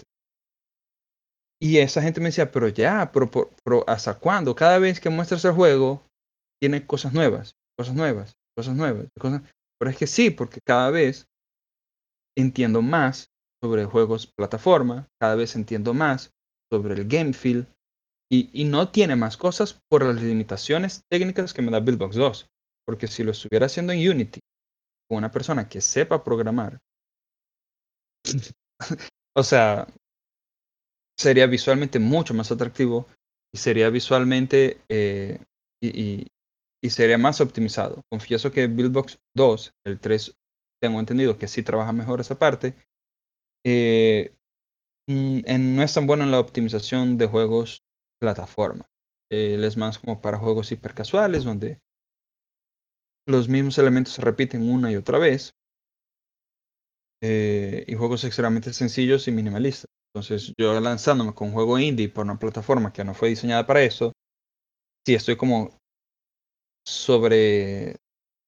[SPEAKER 2] Y esa gente me decía, pero ya, pero ¿hasta cuándo? Cada vez que muestras el juego, tiene cosas nuevas, cosas nuevas, cosas nuevas, cosas. Pero es que sí, porque cada vez entiendo más sobre juegos plataforma, cada vez entiendo más sobre el game feel, y no tiene más cosas por las limitaciones técnicas que me da Buildbox 2. Porque si lo estuviera haciendo en Unity con una persona que sepa programar, o sea, sería visualmente mucho más atractivo y sería visualmente y, y- y sería más optimizado. Confieso que Buildbox 2, el 3, tengo entendido que sí trabaja mejor esa parte. eh, no es tan bueno en la optimización de juegos plataforma. Él es más como para juegos hipercasuales, donde los mismos elementos se repiten una y otra vez, y juegos extremadamente sencillos y minimalistas. Entonces, yo lanzándome con un juego indie por una plataforma que no fue diseñada para eso, sí estoy como sobre,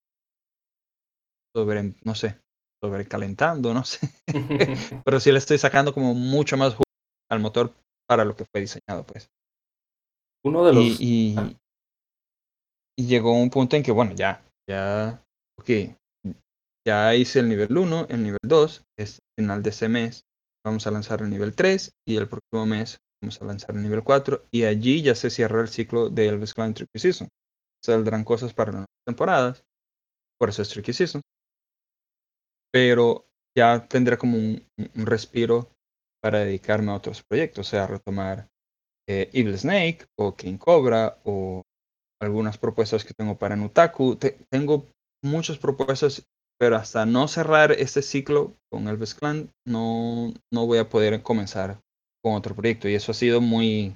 [SPEAKER 2] no sé, sobrecalentando, no sé. Pero sí le estoy sacando como mucho más jugo al motor para lo que fue diseñado, pues.
[SPEAKER 1] Uno de
[SPEAKER 2] Y,
[SPEAKER 1] los...
[SPEAKER 2] y, y llegó un punto en que, bueno, ok, ya hice el nivel 1, el nivel 2, es final de ese mes. Vamos a lanzar el nivel 3 y el próximo mes vamos a lanzar el nivel 4 y allí ya se cierra el ciclo de Elvis Clan Tricky Season. Saldrán cosas para las nuevas temporadas, por eso es Tricky Season, pero ya tendré como un respiro para dedicarme a otros proyectos, o sea, retomar Evil Snake o King Cobra o algunas propuestas que tengo para Nutaku. Tengo muchas propuestas, pero hasta no cerrar este ciclo con Elvis Clan, no voy a poder comenzar con otro proyecto. Y eso ha sido muy...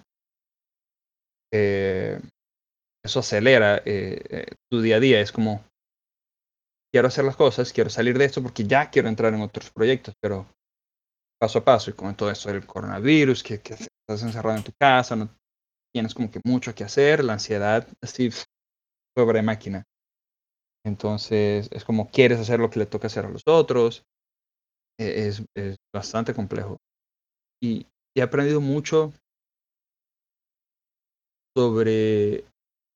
[SPEAKER 2] eh, eso acelera tu día a día. Es como, quiero hacer las cosas, quiero salir de esto porque ya quiero entrar en otros proyectos, pero paso a paso. Y con todo esto del coronavirus, que estás encerrado en tu casa, no tienes como que mucho que hacer, la ansiedad así sobre máquina. Entonces, es como quieres hacer lo que le toca hacer a los otros. Es bastante complejo. Y he aprendido mucho sobre...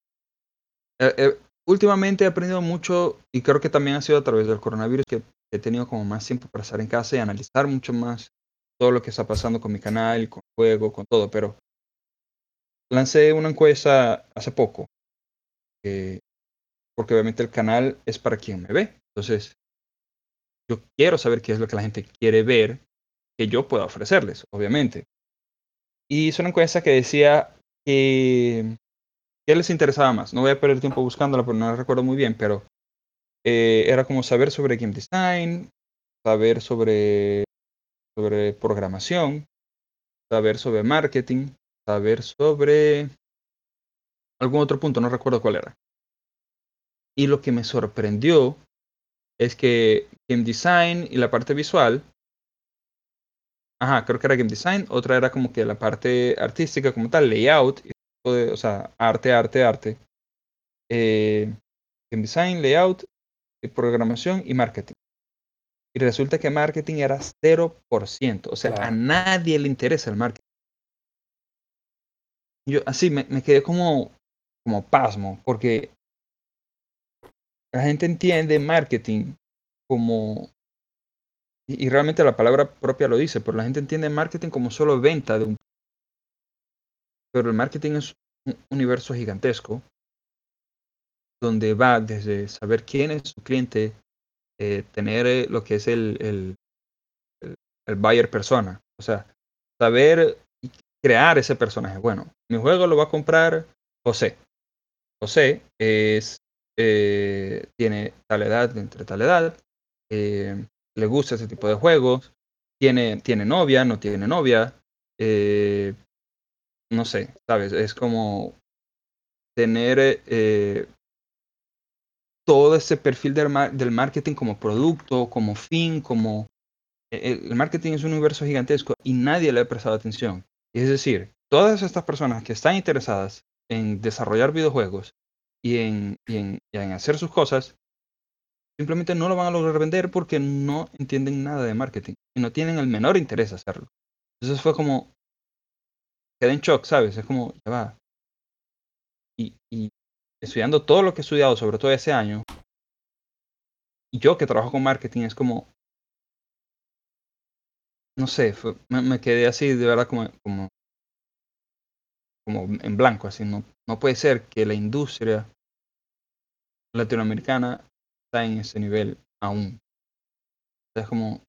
[SPEAKER 2] últimamente he aprendido mucho, y creo que también ha sido a través del coronavirus, que he tenido como más tiempo para estar en casa y analizar mucho más todo lo que está pasando con mi canal, con el juego, con todo. Pero lancé una encuesta hace poco, eh, porque obviamente el canal es para quien me ve. Entonces, yo quiero saber qué es lo que la gente quiere ver que yo pueda ofrecerles, obviamente. Y hice una encuesta que decía que, ¿qué les interesaba más? No voy a perder tiempo buscándola, pero no la recuerdo muy bien, pero era como saber sobre game design, saber sobre programación, saber sobre marketing, saber sobre algún otro punto, no recuerdo cuál era. Y lo que me sorprendió es que game design y la parte visual, ajá, creo que era game design, otra era como que la parte artística como tal, layout, o sea, arte, eh, game design, layout, programación y marketing. Y resulta que marketing era 0%, o sea, a
[SPEAKER 1] Claro,
[SPEAKER 2] nadie le interesa el marketing. Yo así me quedé como pasmo, porque la gente entiende marketing como, y realmente la palabra propia lo dice, pero la gente entiende marketing como solo venta de un, pero el marketing es un universo gigantesco donde va desde saber quién es su cliente, tener lo que es el buyer persona, o sea, saber y crear ese personaje. Bueno, mi juego lo va a comprar José. José tiene tal edad, entre tal edad, eh, le gusta ese tipo de juegos, tiene novia, no tiene novia, eh, no sé, ¿sabes? Es como tener todo ese perfil del marketing como producto, como fin, como... El marketing es un universo gigantesco y nadie le ha prestado atención. Es decir, todas estas personas que están interesadas en desarrollar videojuegos y en hacer sus cosas, simplemente no lo van a lograr vender porque no entienden nada de marketing y no tienen el menor interés en hacerlo. Entonces fue como, quedé en shock, ¿sabes? Es como, ya va. Y estudiando todo lo que he estudiado, sobre todo ese año, y yo que trabajo con marketing, es como, no sé, me quedé así de verdad como en blanco, así. No puede ser que la industria latinoamericana está en ese nivel aún. Es como,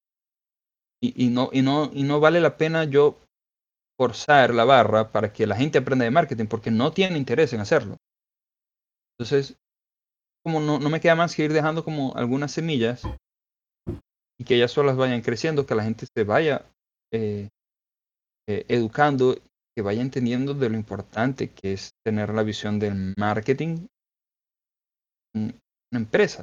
[SPEAKER 2] y no vale la pena yo forzar la barra para que la gente aprenda de marketing porque no tiene interés en hacerlo. Entonces, como no me queda más que ir dejando como algunas semillas y que ellas solas vayan creciendo, que la gente se vaya eh, educando, que vaya entendiendo de lo importante que es tener la visión del marketing en una empresa.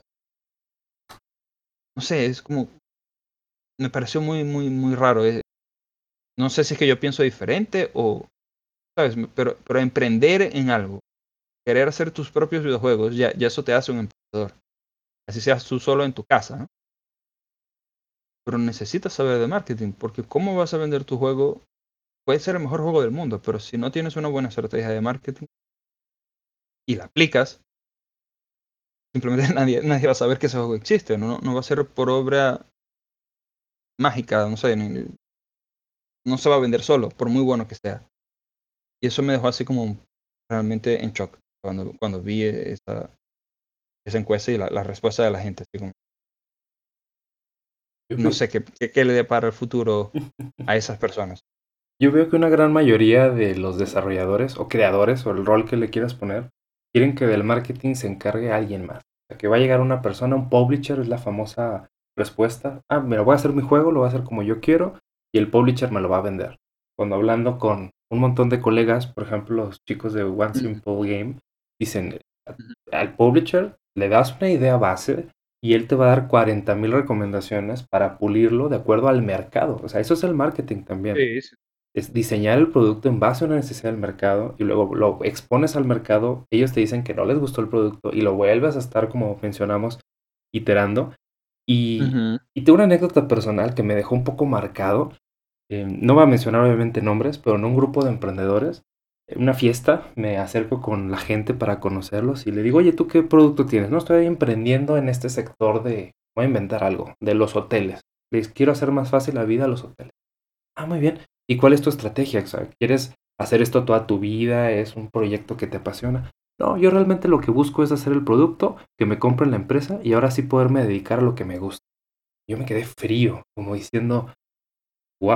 [SPEAKER 2] No sé, es como, me pareció muy, muy, muy raro. No sé si es que yo pienso diferente o, ¿sabes? Pero emprender en algo, querer hacer tus propios videojuegos, ya eso te hace un emprendedor. Así seas tú solo en tu casa, ¿no? Pero necesitas saber de marketing, porque ¿cómo vas a vender tu juego? Puede ser el mejor juego del mundo, pero si no tienes una buena estrategia de marketing y la aplicas, simplemente nadie va a saber que ese juego existe. No va a ser por obra mágica, no sé, no se va a vender solo, por muy bueno que sea. Y eso me dejó así como realmente en shock cuando vi esa encuesta y la respuesta de la gente. Así como,
[SPEAKER 1] yo,
[SPEAKER 2] no
[SPEAKER 1] fui-
[SPEAKER 2] sé qué le depara el futuro a esas personas.
[SPEAKER 1] yo veo que una gran mayoría de los desarrolladores o creadores o el rol que le quieras poner, quieren que del marketing se encargue alguien más. O sea, que va a llegar una persona, un publisher es la famosa respuesta. Ah, mira, voy a hacer mi juego, lo voy a hacer como yo quiero y el publisher me lo va a vender. Cuando hablando con un montón de colegas, por ejemplo, los chicos de One
[SPEAKER 2] Ujú,
[SPEAKER 1] Simple Game, dicen,
[SPEAKER 2] ujú.
[SPEAKER 1] al publisher le das una idea base y él te va a dar 40,000 recomendaciones para pulirlo de acuerdo al mercado. O sea, eso es el marketing también.
[SPEAKER 2] Sí, sí.
[SPEAKER 1] Es diseñar el producto en base a una necesidad del mercado y luego lo expones al mercado, ellos te dicen que no les gustó el producto y lo vuelves a estar, como mencionamos, iterando.
[SPEAKER 2] Ujú.
[SPEAKER 1] Y tengo una anécdota personal que me dejó un poco marcado. No voy a mencionar obviamente nombres, pero en un grupo de emprendedores, en una fiesta, me acerco con la gente para conocerlos y le digo, oye, ¿tú qué producto tienes? No, estoy emprendiendo en este sector de, voy a inventar algo, de los hoteles. Les quiero hacer más fácil la vida a los hoteles. Ah, muy bien. ¿Y cuál es tu estrategia? O sea, ¿quieres hacer esto toda tu vida? ¿Es un proyecto que te apasiona? No, yo realmente lo que busco es hacer el producto, que me compren la empresa y ahora sí poderme dedicar a lo que me gusta. Yo me quedé frío, como diciendo, wow.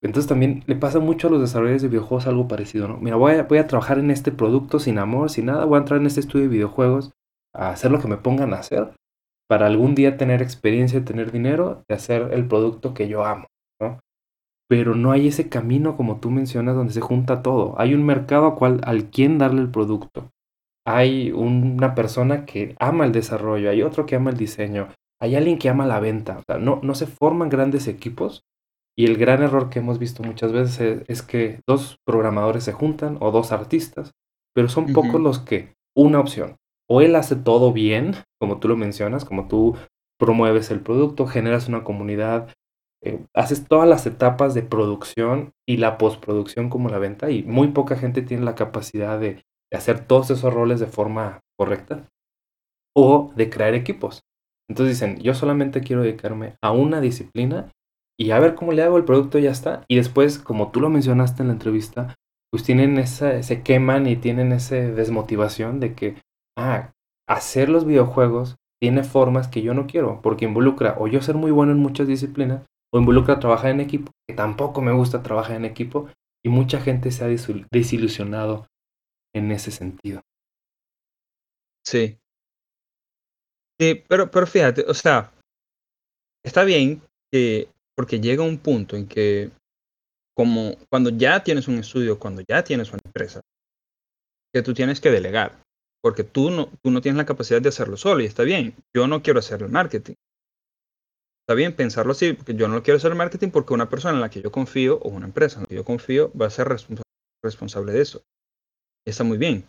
[SPEAKER 1] Entonces también le pasa mucho a los desarrolladores de videojuegos algo parecido, ¿no? Mira, voy a trabajar en este producto sin amor, sin nada, voy a entrar en este estudio de videojuegos a hacer lo que me pongan a hacer para algún día tener experiencia, tener dinero, de hacer el producto que yo amo, ¿no? Pero no hay ese camino, como tú mencionas, donde se junta todo. Hay un mercado al quien darle el producto. Hay una persona que ama el desarrollo, hay otro que ama el diseño, hay alguien que ama la venta. O sea, no se forman grandes equipos y el gran error que hemos visto muchas veces es que dos programadores se juntan o dos artistas, pero son pocos
[SPEAKER 2] Ujú,
[SPEAKER 1] los que, una opción, o él hace todo bien, como tú lo mencionas, como tú promueves el producto, generas una comunidad, haces todas las etapas de producción y la postproducción como la venta, y muy poca gente tiene la capacidad de hacer todos esos roles de forma correcta o de crear equipos. Entonces dicen, yo solamente quiero dedicarme a una disciplina y a ver cómo le hago el producto y ya está. Y después, como tú lo mencionaste en la entrevista, pues tienen se queman y tienen esa desmotivación de que, hacer los videojuegos tiene formas que yo no quiero, porque involucra o yo ser muy bueno en muchas disciplinas, o involucra trabajar en equipo, que tampoco me gusta trabajar en equipo, y mucha gente se ha desilusionado en ese sentido.
[SPEAKER 2] sí. Sí, pero fíjate, o sea, está bien que porque llega un punto en que como cuando ya tienes un estudio, cuando ya tienes una empresa, que tú tienes que delegar, porque tú no tienes la capacidad de hacerlo solo y está bien. Yo no quiero hacer el marketing. Está bien pensarlo así, porque yo no quiero hacer el marketing porque una persona en la que yo confío o una empresa en la que yo confío va a ser responsable de eso. Está muy bien.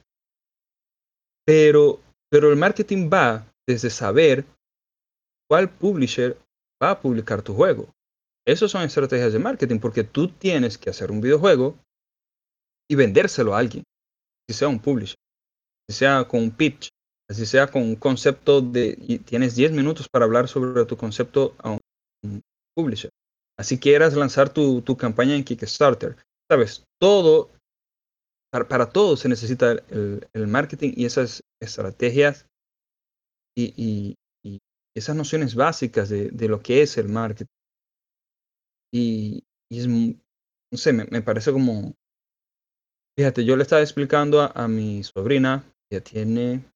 [SPEAKER 2] Pero el marketing va desde saber cuál publisher va a publicar tu juego. Esas son estrategias de marketing porque tú tienes que hacer un videojuego y vendérselo a alguien, si sea un publisher, si sea con un pitch, si sea con un concepto y tienes 10 minutos para hablar sobre tu concepto a un publisher. Así quieras lanzar tu campaña en Kickstarter. Sabes, para todo se necesita el marketing y esas estrategias y, y esas nociones básicas de lo que es el marketing. Y no sé, me parece como, fíjate, yo le estaba explicando a mi sobrina, que tiene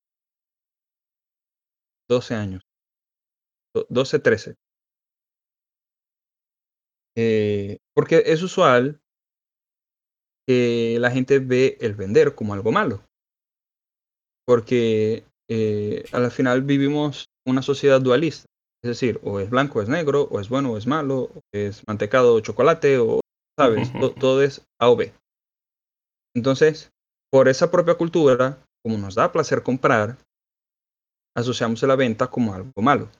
[SPEAKER 2] 12 años, 12, 13, porque es usual que la gente ve el vender como algo malo, porque al final vivimos una sociedad dualista, es decir, o es blanco o es negro, o es bueno o es malo, o es mantecado o chocolate, o, sabes, todo es A o B. Entonces, por esa propia cultura, como nos da placer comprar, asociamos la venta como algo malo.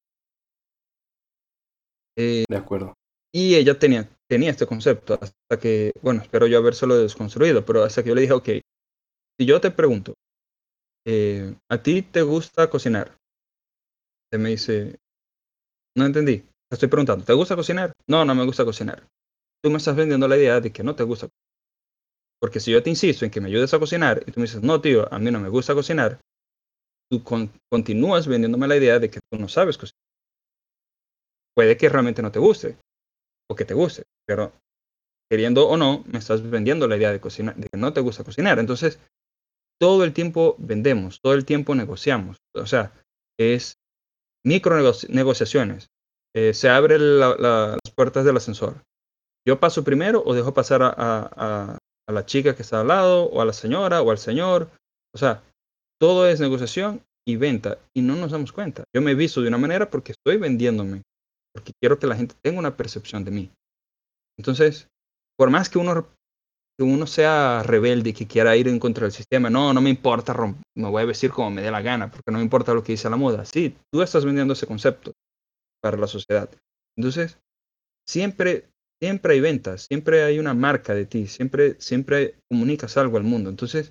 [SPEAKER 1] De acuerdo.
[SPEAKER 2] Y ella tenía este concepto hasta que, bueno, espero yo habérselo desconstruido, pero hasta que yo le dije, ok, si yo te pregunto, ¿a ti te gusta cocinar? Te me dice, no entendí. Te estoy preguntando, ¿te gusta cocinar? No, no me gusta cocinar. Tú me estás vendiendo la idea de que no te gusta. Porque si yo te insisto en que me ayudes a cocinar y tú me dices, no, tío, a mí no me gusta cocinar, tú continúas vendiéndome la idea de que tú no sabes cocinar. Puede que realmente no te guste o que te guste, pero queriendo o no, me estás vendiendo la idea de cocinar, de que no te gusta cocinar. Entonces, todo el tiempo vendemos, todo el tiempo negociamos. O sea, es micro negociaciones. Se abren las puertas del ascensor. Yo paso primero o dejo pasar a la chica que está al lado, o a la señora, o al señor. O sea, todo es negociación y venta y no nos damos cuenta. Yo me he visto de una manera porque estoy vendiéndome, porque quiero que la gente tenga una percepción de mí. Entonces, por más que uno sea rebelde y que quiera ir en contra del sistema, no, no me importa, me voy a vestir como me dé la gana, porque no me importa lo que dice la moda. Sí, tú estás vendiendo ese concepto para la sociedad. Entonces, siempre, siempre hay ventas, siempre hay una marca de ti, siempre comunicas algo al mundo. Entonces,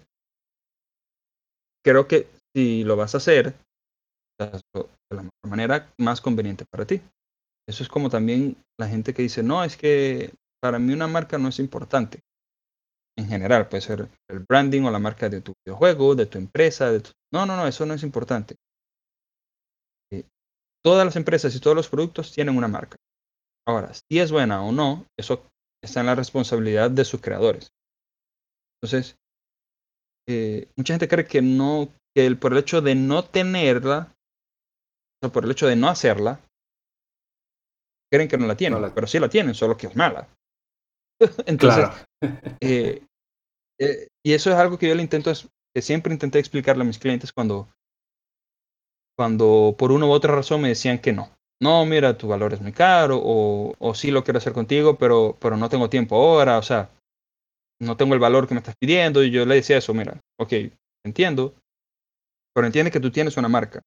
[SPEAKER 2] creo que si lo vas a hacer, hazlo de la mejor manera más conveniente para ti. Eso es como también la gente que dice, no, es que para mí una marca no es importante. En general, puede ser el branding o la marca de tu videojuego, de tu empresa. No, no, no, eso no es importante. Eh, Todas las empresas y todos los productos tienen una marca. Ahora, si es buena o no, eso está en la responsabilidad de sus creadores. Entonces, mucha gente cree que no, por el hecho de no tenerla, o por el hecho de no hacerla, creen que no la
[SPEAKER 1] No
[SPEAKER 2] tienen,
[SPEAKER 1] la
[SPEAKER 2] pero sí la tienen, solo que es mala. Entonces,
[SPEAKER 1] claro.
[SPEAKER 2] eh, y eso es algo que yo le intento, que siempre intenté explicarle a mis clientes cuando por una u otra razón me decían que no. No, mira, tu valor es muy caro, o sí lo quiero hacer contigo, pero no tengo tiempo ahora, o sea, no tengo el valor que me estás pidiendo. Y yo le decía eso, mira, ok, entiendo, pero entiende que tú tienes una marca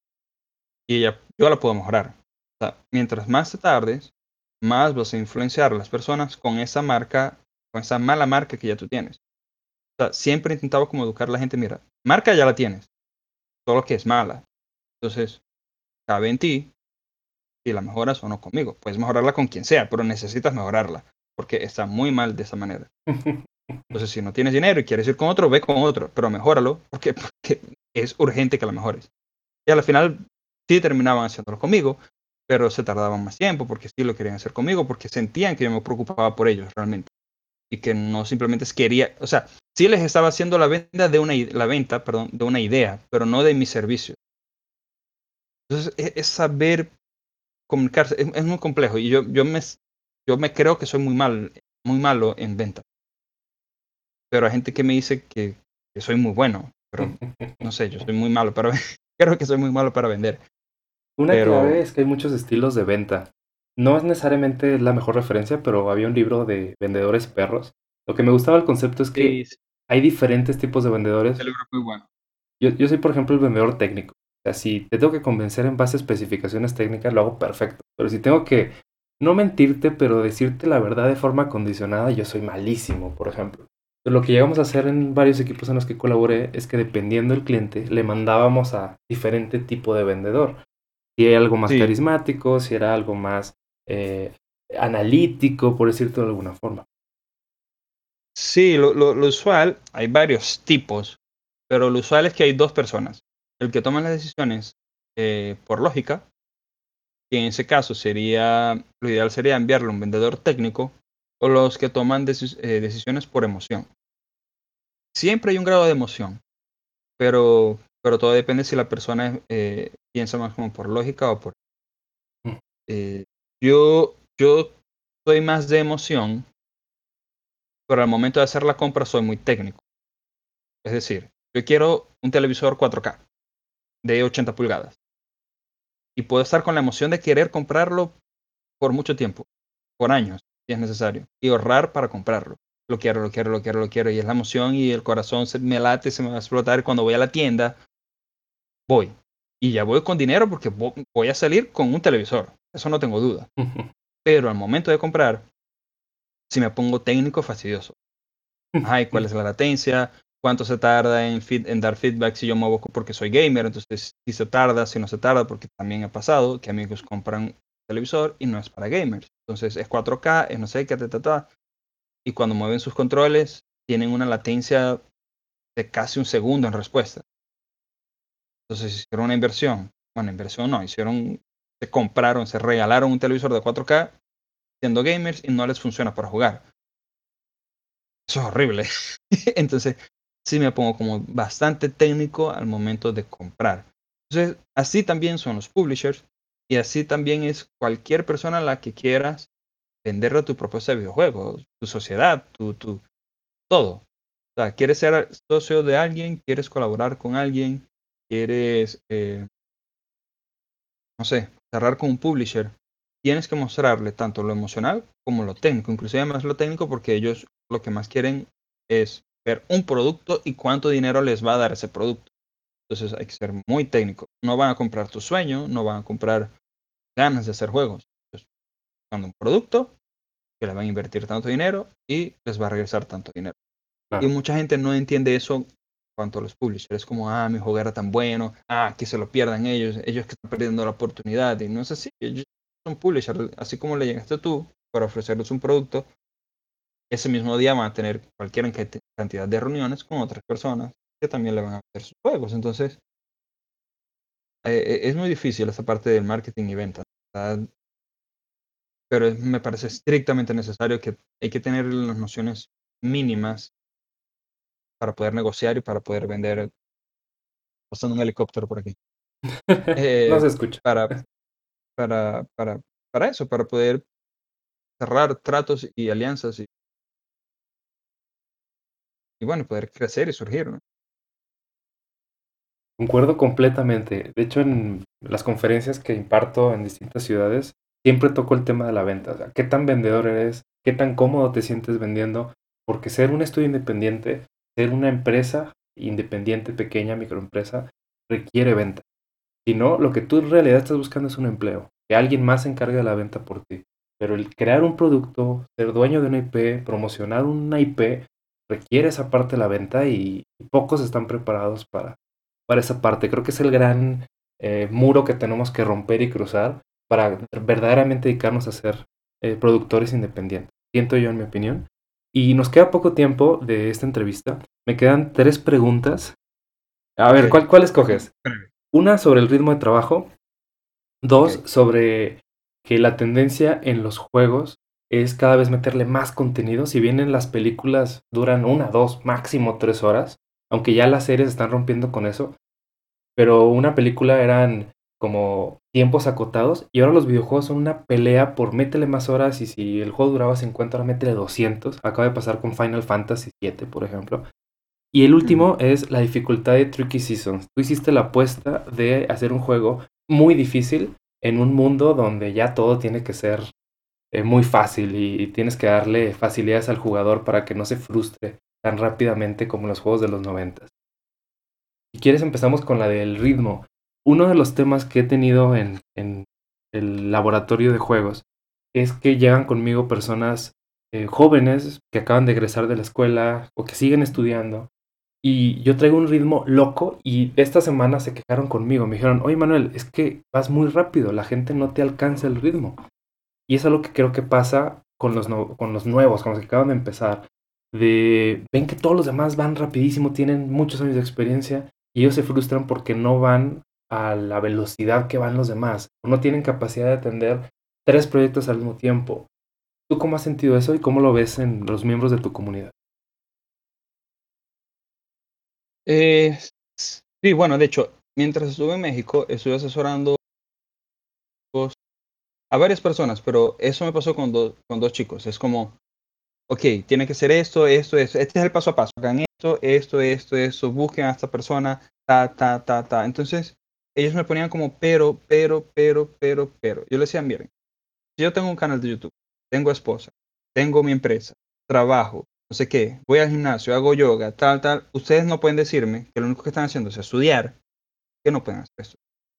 [SPEAKER 2] y yo la puedo mejorar. O sea, mientras más te tardes, más vas a influenciar a las personas con esa marca, con esa mala marca que ya tú tienes. O sea, siempre intentaba como educar a la gente, mira, marca ya la tienes, solo que es mala. Entonces, cabe en ti si la mejoras o no conmigo. Puedes mejorarla con quien sea, pero necesitas mejorarla, porque está muy mal de esa manera. Entonces, si no tienes dinero y quieres ir con otro, ve con otro, pero mejóralo, porque es urgente que la mejores. Y al final sí terminaban haciéndolo conmigo, pero se tardaban más tiempo porque sí lo querían hacer conmigo, porque sentían que yo me preocupaba por ellos realmente. Y que no simplemente quería, o sea, sí les estaba haciendo la venta, perdón, de una idea, pero no de mi servicio. Entonces, es saber comunicarse, es muy complejo. Y yo me creo que soy muy malo en venta. Pero hay gente que me dice que soy muy bueno, pero no sé, yo soy muy malo para creo que soy muy malo para vender.
[SPEAKER 1] Una
[SPEAKER 2] Pero
[SPEAKER 1] clave es que hay muchos estilos de venta. No es necesariamente la mejor referencia, pero había un libro de vendedores perros. Lo que me gustaba del concepto es que
[SPEAKER 2] sí, sí,
[SPEAKER 1] hay diferentes tipos de
[SPEAKER 2] el
[SPEAKER 1] vendedores.
[SPEAKER 2] libro es muy bueno.
[SPEAKER 1] Yo soy, por ejemplo, el vendedor técnico. O sea, si te tengo que convencer en base a especificaciones técnicas, lo hago perfecto. Pero si tengo que no mentirte, pero decirte la verdad de forma condicionada, yo soy malísimo, por ejemplo. Lo que llegamos a hacer en varios equipos en los que colaboré es que dependiendo del cliente, le mandábamos a diferente tipo de vendedor. Si era algo más
[SPEAKER 2] Sí,
[SPEAKER 1] carismático, si era algo más eh, analítico, por decirlo de alguna forma.
[SPEAKER 2] sí, lo usual, hay varios tipos, pero lo usual es que hay dos personas. El que toma las decisiones por lógica, y en ese caso lo ideal sería enviarle a un vendedor técnico, o los que toman decisiones por emoción. Siempre hay un grado de emoción, pero todo depende si la persona piensa más como por lógica o por...
[SPEAKER 1] Mm.
[SPEAKER 2] eh, yo soy más de emoción, pero al momento de hacer la compra soy muy técnico. Es decir, yo quiero un televisor 4K de 80 pulgadas y puedo estar con la emoción de querer comprarlo por mucho tiempo, por años, si es necesario, y ahorrar para comprarlo. Lo quiero, lo quiero, lo quiero, lo quiero, y es la emoción y el corazón se me late, se me va a explotar. Cuando voy a la tienda, voy. Y ya voy con dinero porque voy a salir con un televisor, eso no tengo duda. Pero al momento de comprar, si me pongo técnico, fastidioso. Ay, ¿cuál es la latencia? ¿Cuánto se tarda en dar feedback si yo muevo porque soy gamer? Entonces, si se tarda, si no se tarda, porque también ha pasado que amigos compran televisor y no es para gamers. Entonces, es 4K, es no sé qué, ta, ta, ta. Y cuando mueven sus controles, tienen una latencia de casi un segundo en respuesta. Entonces, hicieron una inversión. Bueno, inversión no, se compraron, se regalaron un televisor de 4K siendo gamers y no les funciona para jugar. Eso es horrible. Entonces, sí me pongo como bastante técnico al momento de comprar. Entonces, así también son los publishers y así también es cualquier persona a la que quieras venderle tu propuesta de videojuegos, tu sociedad, todo. O sea, quieres ser socio de alguien, quieres colaborar con alguien, quieres, no sé, cerrar con un publisher, tienes que mostrarle tanto lo emocional como lo técnico, inclusive más lo técnico porque ellos lo que más quieren es ver un producto y cuánto dinero les va a dar ese producto. Entonces hay que ser muy técnico. No van a comprar tu sueño, no van a comprar ganas de hacer juegos. Entonces, cuando un producto que le van a invertir tanto dinero y les va a regresar tanto dinero. Y
[SPEAKER 1] Claro.
[SPEAKER 2] mucha gente no entiende eso en cuanto a los publishers. Es como, mi juego era tan bueno, que se lo pierdan ellos que están perdiendo la oportunidad. Y no es así. Ellos son publishers. Así como le llegaste tú para ofrecerles un producto, ese mismo día van a tener cualquier cantidad de reuniones con otras personas que también le van a vender sus juegos. Entonces, es muy difícil esa parte del marketing y venta. pero me parece estrictamente necesario que hay que tener las nociones mínimas para poder negociar y para poder vender, pasando un helicóptero por aquí,
[SPEAKER 1] No
[SPEAKER 2] eh,
[SPEAKER 1] se escucha.
[SPEAKER 2] para, para, para, para eso, para poder cerrar tratos y alianzas y bueno, poder crecer y surgir, ¿no?
[SPEAKER 1] Concuerdo completamente. De hecho, en las conferencias que imparto en distintas ciudades, siempre toco el tema de la venta. O sea, qué tan vendedor eres, qué tan cómodo te sientes vendiendo, porque ser un estudio independiente, ser una empresa independiente, pequeña, microempresa, requiere venta. Si no, lo que tú en realidad estás buscando es un empleo, que alguien más se encargue de la venta por ti. Pero el crear un producto, ser dueño de una IP, promocionar una IP, requiere esa parte de la venta y pocos están preparados para esa parte. Creo que es el gran muro que tenemos que romper y cruzar para verdaderamente dedicarnos a ser productores independientes. Siento yo, en mi opinión. Y nos queda poco tiempo de esta entrevista. Me quedan 3 preguntas. A
[SPEAKER 2] Ok,
[SPEAKER 1] ver, ¿cuál escoges?
[SPEAKER 2] breve.
[SPEAKER 1] Una sobre el ritmo de trabajo.
[SPEAKER 2] Ok.
[SPEAKER 1] Dos, sobre que la tendencia en los juegos es cada vez meterle más contenido. Si bien en las películas duran 1, 2, máximo 3 horas, aunque ya las series están rompiendo con eso, pero una película eran como tiempos acotados y ahora los videojuegos son una pelea por métele más horas y si el juego duraba 50 ahora métele 200. Acaba de pasar con Final Fantasy VII, por ejemplo. Y el
[SPEAKER 2] Ujú.
[SPEAKER 1] último es la dificultad de Tricky Seasons. Tú hiciste la apuesta de hacer un juego muy difícil en un mundo donde ya todo tiene que ser muy fácil y tienes que darle facilidades al jugador para que no se frustre tan rápidamente como en los juegos de los 90. Si quieres empezamos con la del ritmo. Uno de los temas que he tenido en el laboratorio de juegos es que llegan conmigo personas jóvenes que acaban de egresar de la escuela o que siguen estudiando y yo traigo un ritmo loco y esta semana se quejaron conmigo. Me dijeron, oye Manuel, es que vas muy rápido, la gente no te alcanza el ritmo. Y eso es lo que creo que pasa con con los nuevos, con los que acaban de empezar. Ven que todos los demás van rapidísimo, tienen muchos años de experiencia y ellos se frustran porque no van a la velocidad que van los demás. No tienen capacidad de atender 3 proyectos al mismo tiempo. ¿Tú cómo has sentido eso y cómo lo ves en los miembros de tu comunidad?
[SPEAKER 2] Eh, sí, bueno, de hecho, mientras estuve en México, estuve asesorando a varias personas, pero eso me pasó con dos chicos. Es como, ok, tiene que ser esto, esto, esto. Este es el paso a paso. Hagan esto, busquen a esta persona, ta, ta, ta, ta. Entonces, ellos me ponían como pero. Yo les decía, miren, si yo tengo un canal de YouTube, tengo esposa, tengo mi empresa, trabajo, no sé qué, voy al gimnasio, hago yoga, tal, tal, ustedes no pueden decirme que lo único que están haciendo es estudiar, que no pueden hacer esto.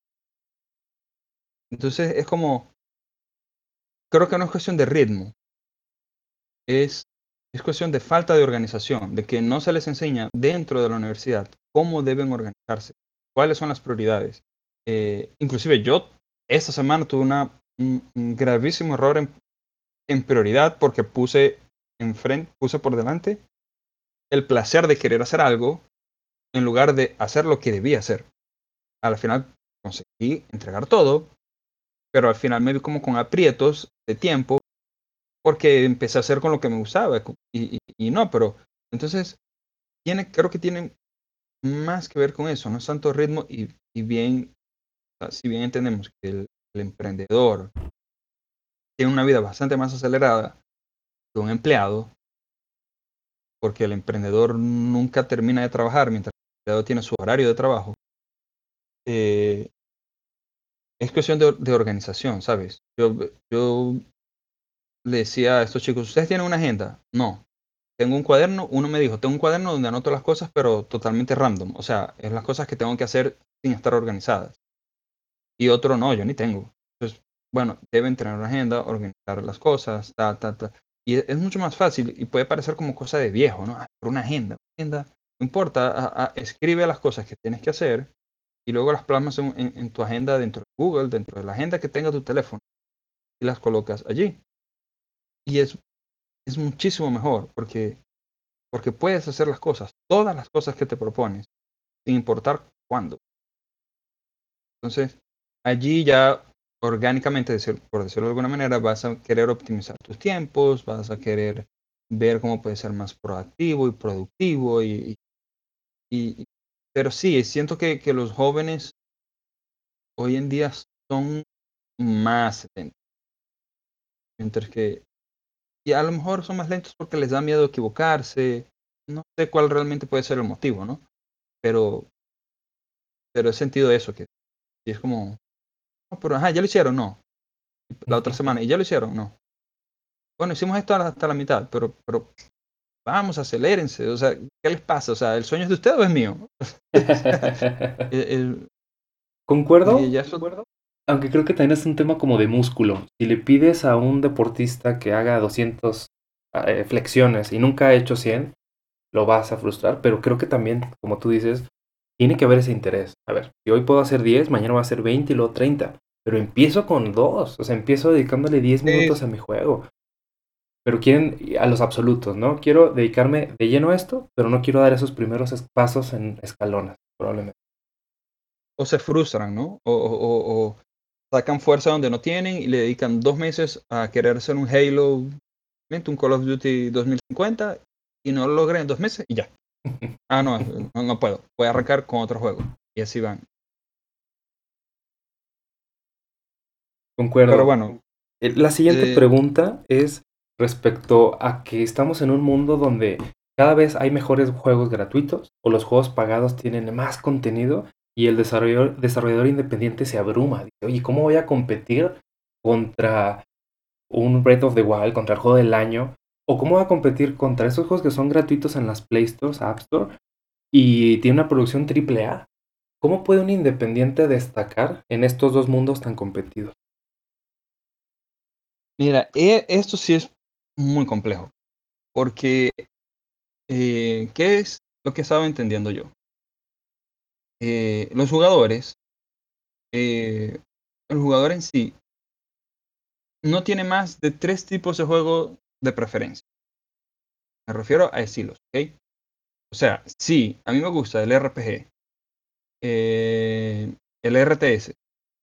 [SPEAKER 2] Entonces, es como, creo que no es cuestión de ritmo, es, es cuestión de falta de organización, de que no se les enseña dentro de la universidad cómo deben organizarse, cuáles son las prioridades. Inclusive yo esta semana tuve un gravísimo error en prioridad porque puse por delante el placer de querer hacer algo en lugar de hacer lo que debía hacer. Al final conseguí entregar todo, pero al final me vi como con aprietos de tiempo porque empecé a hacer con lo que me gustaba y no, pero entonces creo que tiene más que ver con eso, no es tanto ritmo y bien, si bien entendemos que el emprendedor tiene una vida bastante más acelerada que un empleado, porque el emprendedor nunca termina de trabajar mientras el empleado tiene su horario de trabajo. eh, es cuestión de organización, ¿sabes? Yo le decía a estos chicos, ¿ustedes tienen una agenda? No. Tengo un cuaderno, uno me dijo, tengo un cuaderno donde anoto las cosas, pero totalmente random. O sea, es las cosas que tengo que hacer sin estar organizadas. Y otro no, yo ni tengo. Entonces, bueno, deben tener una agenda, organizar las cosas, ta, ta, ta. Y es mucho más fácil y puede parecer como cosa de viejo, ¿no? Ah, por una agenda, no importa, escribe las cosas que tienes que hacer y luego las plasmas en tu agenda dentro de Google, dentro de la agenda que tenga tu teléfono y las colocas allí. Y es muchísimo mejor porque puedes hacer las cosas, todas las cosas que te propones, sin importar cuándo. Entonces, allí ya orgánicamente, por decirlo de alguna manera, vas a querer optimizar tus tiempos, vas a querer ver cómo puedes ser más proactivo y productivo. Pero sí, siento que los jóvenes hoy en día son más lentos, mientras que, y a lo mejor son más lentos porque les da miedo equivocarse. No sé cuál realmente puede ser el motivo, ¿no? Pero, pero he sentido eso, que y es como, no, pero ajá, ya lo hicieron, no. La otra semana, ¿y ya lo hicieron? No. Bueno, hicimos esto hasta la mitad, pero vamos, acelérense. O sea, ¿qué les pasa? O sea, ¿el sueño es de usted o es mío? El- y
[SPEAKER 1] Concuerdo,
[SPEAKER 2] ya eso,
[SPEAKER 1] aunque creo que también es un tema como de músculo. Si le pides a un deportista que haga 200 flexiones y nunca ha hecho 100, lo vas a frustrar, pero creo que también, como tú dices, tiene que haber ese interés. A ver, si hoy puedo hacer 10, mañana va a ser 20 y luego 30, pero empiezo con 2, o sea, empiezo dedicándole 10
[SPEAKER 2] sí,
[SPEAKER 1] minutos a mi juego. Pero quieren a los absolutos, ¿no? Quiero dedicarme de lleno a esto, pero no quiero dar esos primeros pasos en escalones, probablemente.
[SPEAKER 2] o se frustran, ¿no? O sacan fuerza donde no tienen y le dedican 2 meses a querer hacer un Halo, un Call of Duty 2050 y no lo logran en 2 meses y ya. Ah, no, no puedo. Voy a arrancar con otro juego. Y así van. Pero
[SPEAKER 1] Concuerdo.
[SPEAKER 2] bueno,
[SPEAKER 1] La siguiente
[SPEAKER 2] eh,
[SPEAKER 1] pregunta es respecto a que estamos en un mundo donde cada vez hay mejores juegos gratuitos o los juegos pagados tienen más contenido y el desarrollador independiente se abruma. Dice, oye, ¿cómo voy a competir contra un Breath of the Wild, contra el juego del año? ¿O cómo voy a competir contra esos juegos que son gratuitos en las Play Stores, App Store y tiene una producción triple A? ¿Cómo puede un independiente destacar en estos dos mundos tan competidos?
[SPEAKER 2] mira, esto sí es muy complejo. Porque, ¿qué es lo que estaba entendiendo yo? Los jugadores, eh, el jugador en sí, no tiene más de 3 tipos de juego de preferencia. Me refiero a estilos, ¿ok? O sea, sí, a mí me gusta el RPG, el RTS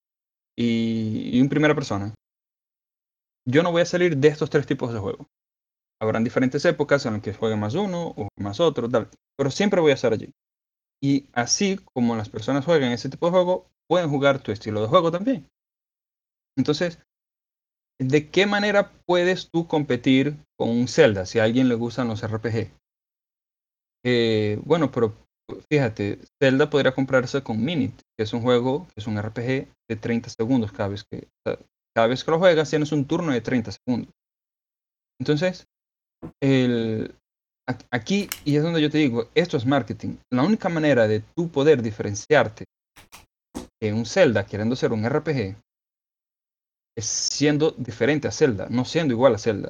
[SPEAKER 2] y un primera persona. Yo no voy a salir de estos 3 tipos de juego. Habrán diferentes épocas en las que juegue más uno o más otro, tal, pero siempre voy a estar allí. Y así como las personas juegan ese tipo de juego, pueden jugar tu estilo de juego también. Entonces, ¿de qué manera puedes tú competir con un Zelda si a alguien le gustan los RPG? Bueno, pero fíjate, Zelda podría comprarse con Minit, que es un juego, que es un RPG de 30 segundos cada vez que lo juegas tienes un turno de 30 segundos. Entonces, el, aquí, y es donde yo te digo, esto es marketing. La única manera de tú poder diferenciarte en un Zelda queriendo ser un RPG es siendo diferente a Zelda, no siendo igual a Zelda.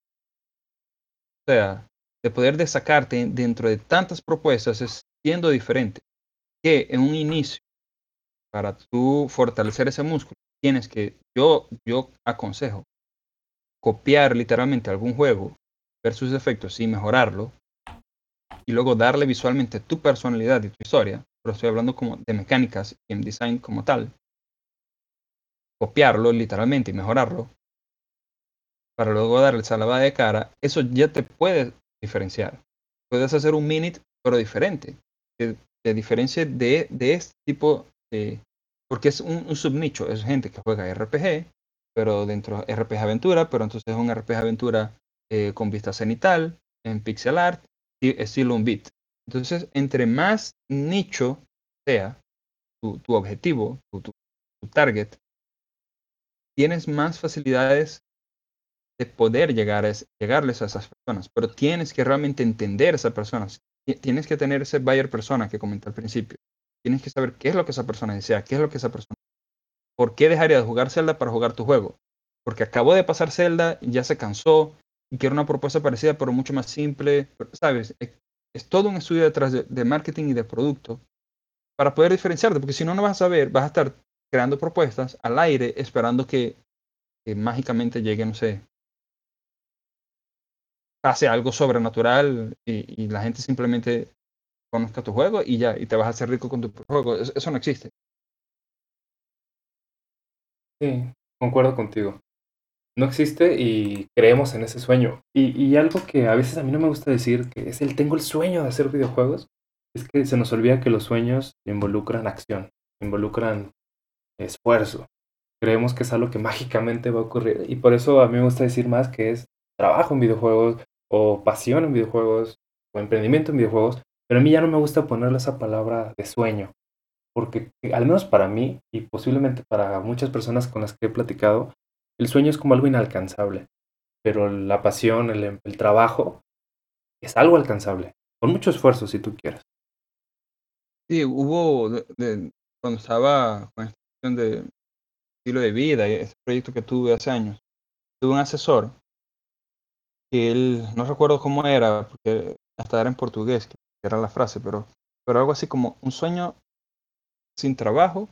[SPEAKER 2] O sea, de poder destacarte dentro de tantas propuestas es siendo diferente. Que en un inicio, para tú fortalecer ese músculo, tienes que, yo aconsejo, copiar literalmente algún juego, ver sus defectos y mejorarlo, y luego darle visualmente tu personalidad y tu historia, pero estoy hablando como de mecánicas y en design como tal, copiarlo literalmente y mejorarlo, para luego darle esa lavada de cara, eso ya te puede diferenciar. Puedes hacer un minute, pero diferente. Que te diferencie de este tipo de... Porque es un subnicho, es gente que juega RPG, pero dentro de RPG aventura, pero entonces es un RPG aventura con vista cenital, en pixel art, y estilo un beat. Entonces, entre más nicho sea tu objetivo, tu target, tienes más facilidades de poder llegarles a esas personas, pero tienes que realmente entender a esas personas. Tienes que tener ese buyer persona que comenté al principio. Tienes que saber qué es lo que esa persona desea, qué es lo que esa persona... ¿Por qué dejaría de jugar Zelda para jugar tu juego? Porque acabó de pasar Zelda, ya se cansó y quiere una propuesta parecida, pero mucho más simple. ¿Sabes? Es todo un estudio detrás de marketing y de producto para poder diferenciarte, porque si no, no vas a saber, vas a estar creando propuestas al aire esperando que mágicamente llegue, no sé, pase algo sobrenatural y la gente simplemente conozca tu juego y ya, y te vas a hacer rico con tu juego. Eso no existe.
[SPEAKER 1] Sí, concuerdo contigo. No existe y creemos en ese sueño. Y algo que a veces a mí no me gusta decir, que es el tengo el sueño de hacer videojuegos, es que se nos olvida que los sueños involucran acción, involucran esfuerzo. Creemos que es algo que mágicamente va a ocurrir y por eso a mí me gusta decir más que es trabajo en videojuegos o pasión en videojuegos o emprendimiento en videojuegos, pero a mí ya no me gusta ponerle esa palabra de sueño, porque al menos para mí y posiblemente para muchas personas con las que he platicado, el sueño es como algo inalcanzable, pero la pasión, el trabajo es algo alcanzable, con mucho esfuerzo si tú quieres.
[SPEAKER 2] Sí, hubo, cuando estaba con esta cuestión de estilo de vida y ese proyecto que tuve hace años, tuve un asesor que él, no recuerdo cómo era, porque hasta era en portugués, que era la frase, pero algo así como un sueño sin trabajo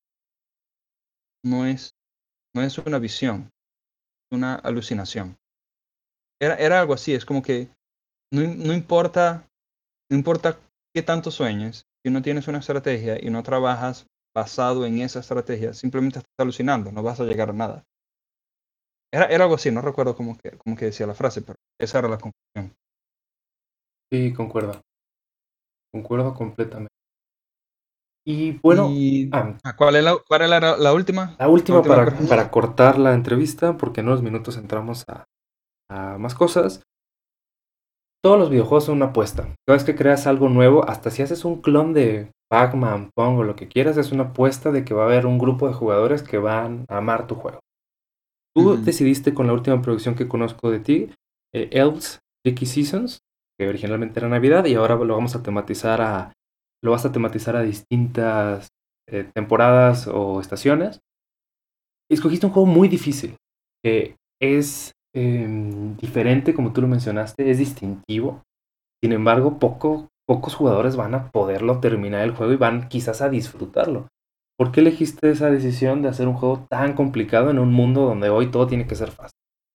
[SPEAKER 2] no es, no es una visión, es una alucinación. Era algo así, es como que no importa, no importa qué tanto sueñes, si no tienes una estrategia y no trabajas basado en esa estrategia, simplemente estás alucinando, no vas a llegar a nada. Era algo así, no recuerdo cómo que decía la frase, pero esa era la conclusión.
[SPEAKER 1] Sí, concuerdo completamente. Y bueno,
[SPEAKER 2] ¿Y
[SPEAKER 1] ah,
[SPEAKER 2] cuál era la última?
[SPEAKER 1] la
[SPEAKER 2] La
[SPEAKER 1] última
[SPEAKER 2] última
[SPEAKER 1] para
[SPEAKER 2] pregunta.
[SPEAKER 1] cortar la entrevista, porque en unos minutos entramos a más cosas. Todos los videojuegos son una apuesta. Cada vez que creas algo nuevo, hasta si haces un clon de Pac-Man, Pong o lo que quieras, es una apuesta de que va a haber un grupo de jugadores que van a amar tu juego. Tú
[SPEAKER 2] Ujú.
[SPEAKER 1] decidiste con la última producción que conozco de ti, Elves Tricky Seasons, que originalmente era Navidad, y ahora lo vas a tematizar a distintas temporadas o estaciones. Escogiste un juego muy difícil, que es diferente, como tú lo mencionaste, es distintivo. Sin embargo, pocos jugadores van a poderlo terminar el juego y van quizás a disfrutarlo. ¿Por qué elegiste esa decisión de hacer un juego tan complicado en un mundo donde hoy todo tiene que ser fácil?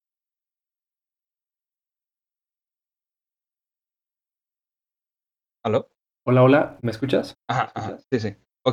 [SPEAKER 2] ¿Aló?
[SPEAKER 1] Hola, hola, ¿me escuchas?
[SPEAKER 2] Ajá, ajá, sí, sí. Ok,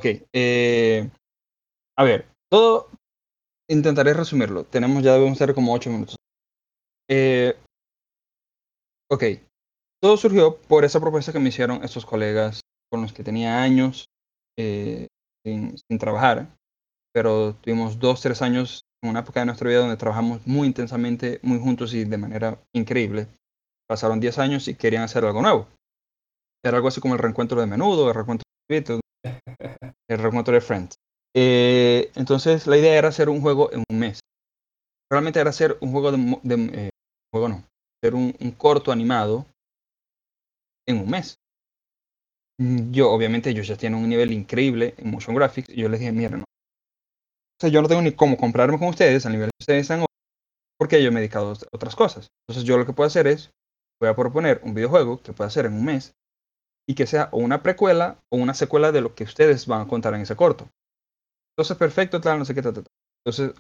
[SPEAKER 2] a ver, todo intentaré resumirlo. Tenemos ya debemos estar como 8 minutos. Eh, ok, todo surgió por esa propuesta que me hicieron estos colegas con los que tenía años sin trabajar, pero tuvimos 2, 3 años en una época de nuestra vida donde trabajamos muy intensamente, muy juntos y de manera increíble. Pasaron 10 años y querían hacer algo nuevo. Era algo así como el reencuentro de Menudo, el reencuentro de Beatles, el reencuentro de Friends. Entonces la idea era hacer un juego en un mes. Realmente era hacer un juego juego no, hacer un corto animado en un mes. Yo, obviamente, ellos ya tienen un nivel increíble en motion graphics y yo les dije, miren, no, o sea, yo no tengo ni cómo compararme con ustedes al nivel que ustedes están hoy, porque yo me he dedicado a otras cosas. Entonces yo lo que puedo hacer es, voy a proponer un videojuego que pueda hacer en un mes y que sea o una precuela o una secuela de lo que ustedes van a contar en ese corto. Entonces, perfecto, tal, no sé qué, tal, tal, tal. Entonces,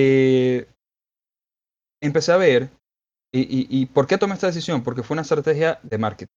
[SPEAKER 2] empecé a ver, y ¿por qué tomé esta decisión? Porque fue una estrategia de marketing.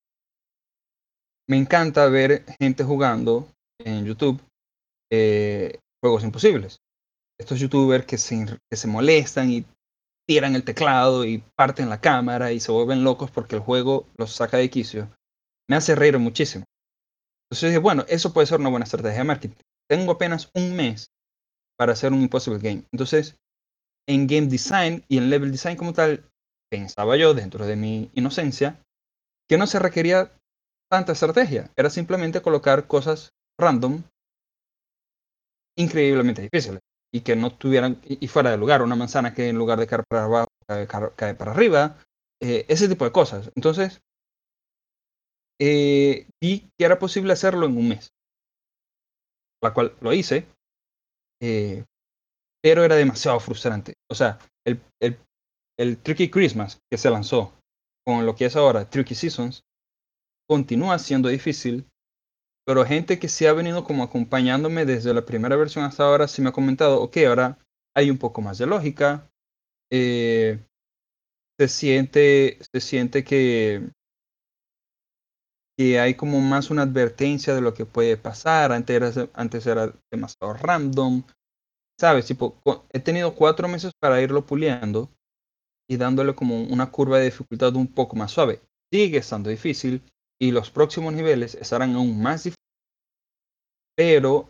[SPEAKER 2] Me encanta ver gente jugando en YouTube juegos imposibles. Estos youtubers que se molestan y tiran el teclado y parten la cámara y se vuelven locos porque el juego los saca de quicio, me hace reír muchísimo. Entonces dije, bueno, eso puede ser una buena estrategia de marketing. Tengo apenas un mes para hacer un Impossible Game. Entonces, en game design y en level design como tal, pensaba yo, dentro de mi inocencia, que no se requería tanta estrategia. Era simplemente colocar cosas random increíblemente difíciles y que no tuvieran y fuera de lugar. Una manzana que en lugar de caer para abajo cae para arriba, ese tipo de cosas. Entonces, vi que era posible hacerlo en un mes, la cual lo hice, eh, pero era demasiado frustrante. O sea, el Tricky Christmas que se lanzó con lo que es ahora Tricky Seasons continúa siendo difícil, pero gente que sí ha venido como acompañándome desde la primera versión hasta ahora sí me ha comentado, ok, ahora hay un poco más de lógica, eh, se siente que hay como más una advertencia de lo que puede pasar, antes era demasiado random, ¿sabes? Tipo, he tenido 4 meses para irlo puliendo y dándole como una curva de dificultad un poco más suave. Sigue estando difícil y los próximos niveles estarán aún más difíciles, pero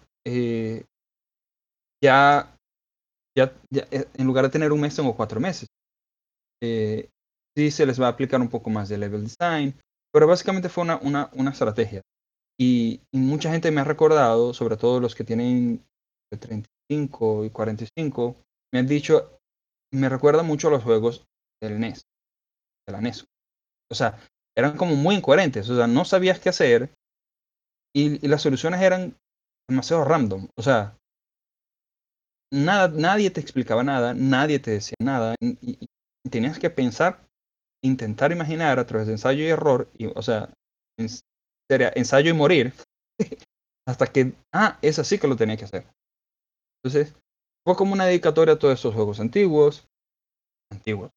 [SPEAKER 2] ya, en lugar de tener un mes, tengo 4 meses. Eh, sí se les va a aplicar un poco más de level design, pero básicamente fue una estrategia. Y mucha gente me ha recordado, sobre todo los que tienen de 35 y 45, me han dicho, me recuerda mucho a los juegos del NES, de la NES. O sea, eran como muy incoherentes, o sea, no sabías qué hacer y las soluciones eran demasiado random. O sea, nadie te explicaba nada, nadie te decía nada y tenías que pensar, intentar imaginar a través de ensayo y error, y, o sea, sería ensayo y morir, hasta que, es así que lo tenía que hacer. Entonces, fue como una dedicatoria a todos esos juegos antiguos,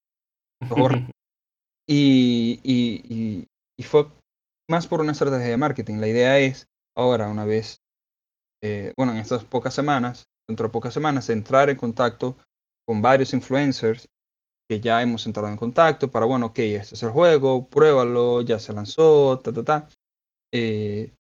[SPEAKER 2] y fue más por una estrategia de marketing. La idea es, ahora, una vez, bueno, en estas pocas semanas, dentro de pocas semanas, entrar en contacto con varios influencers que ya hemos entrado en contacto para, bueno, ok, este es el juego, pruébalo, ya se lanzó, eh,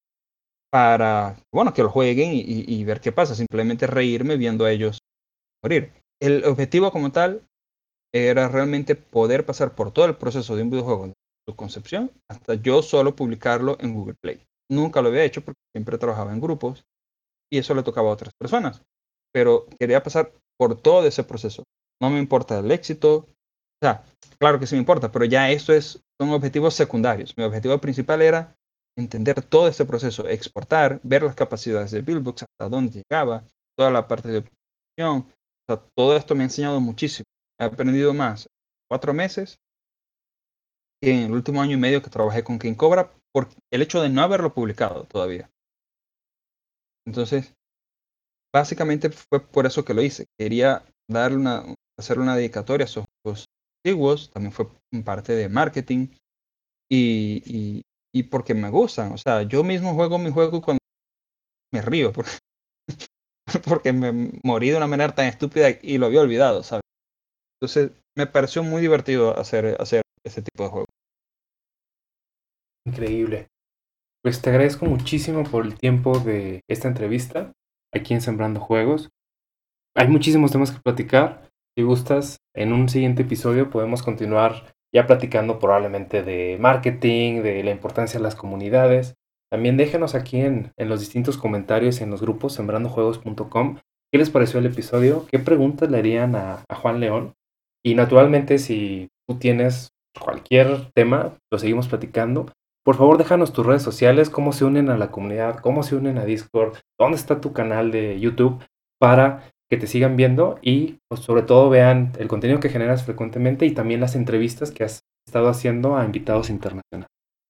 [SPEAKER 2] para, bueno, que lo jueguen y ver qué pasa, simplemente reírme viendo a ellos morir. El objetivo como tal era realmente poder pasar por todo el proceso de un videojuego, de su concepción, hasta yo solo publicarlo en Google Play. Nunca lo había hecho porque siempre trabajaba en grupos y eso le tocaba a otras personas, pero quería pasar por todo ese proceso. No me importa el éxito, o sea, claro que sí me importa, pero ya son objetivos secundarios. Mi objetivo principal era entender todo este proceso, exportar, ver las capacidades de Buildbox, hasta dónde llegaba, toda la parte de producción. O sea, todo esto me ha enseñado muchísimo. He aprendido más en 4 meses que en el último año y medio que trabajé con King Cobra por el hecho de no haberlo publicado todavía. Entonces, básicamente fue por eso que lo hice. Quería hacer una dedicatoria a esos juegos antiguos. También fue en parte de marketing y, y, y porque me gustan. O sea, yo mismo juego mi juego cuando me río porque me morí de una manera tan estúpida y lo había olvidado, ¿sabes? Entonces, me pareció muy divertido hacer ese tipo de juegos.
[SPEAKER 1] Increíble. Pues te agradezco muchísimo por el tiempo de esta entrevista aquí en Sembrando Juegos. Hay muchísimos temas que platicar. Si gustas, en un siguiente episodio podemos continuar ya platicando probablemente de marketing, de la importancia de las comunidades. También déjenos aquí en los distintos comentarios en los grupos sembrandojuegos.com qué les pareció el episodio, qué preguntas le harían a Juan León. Y naturalmente, si tú tienes cualquier tema, lo seguimos platicando. Por favor, déjanos tus redes sociales, cómo se unen a la comunidad, cómo se unen a Discord, dónde está tu canal de YouTube para que te sigan viendo y pues, sobre todo vean el contenido que generas frecuentemente y también las entrevistas que has estado haciendo a invitados internacionales.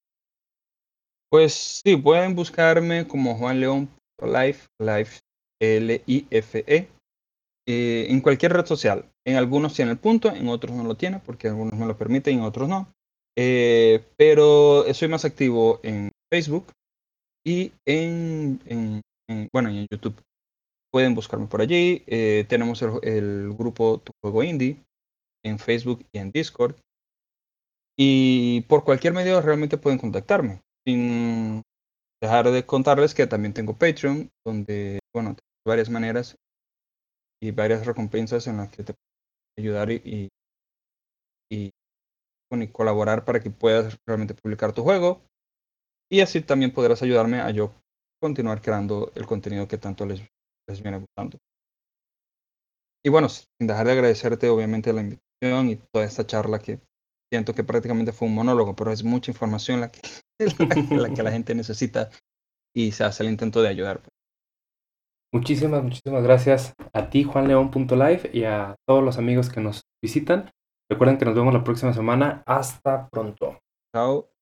[SPEAKER 2] Pues sí, pueden buscarme como Juan León Life, Life, Life, en cualquier red social. En algunos tiene el punto, en otros no lo tiene, porque algunos me lo permiten y en otros no. Pero soy más activo en Facebook y bueno, y en YouTube. Pueden buscarme por allí. Tenemos el grupo Tu Juego Indie en Facebook y en Discord. Y por cualquier medio realmente pueden contactarme. Sin dejar de contarles que también tengo Patreon, donde, bueno, tengo varias maneras y varias recompensas en las que te puedo ayudar y, bueno, y colaborar para que puedas realmente publicar tu juego. Y así también podrás ayudarme a yo continuar creando el contenido que tanto les viene gustando. Y bueno, sin dejar de agradecerte obviamente la invitación y toda esta charla que siento que prácticamente fue un monólogo, pero es mucha información la que, la que la gente necesita y se hace el intento de ayudar.
[SPEAKER 1] Muchísimas gracias a ti, juanleón.live, y a todos los amigos que nos visitan. Recuerden que nos vemos la próxima semana. Hasta pronto.
[SPEAKER 2] Chao.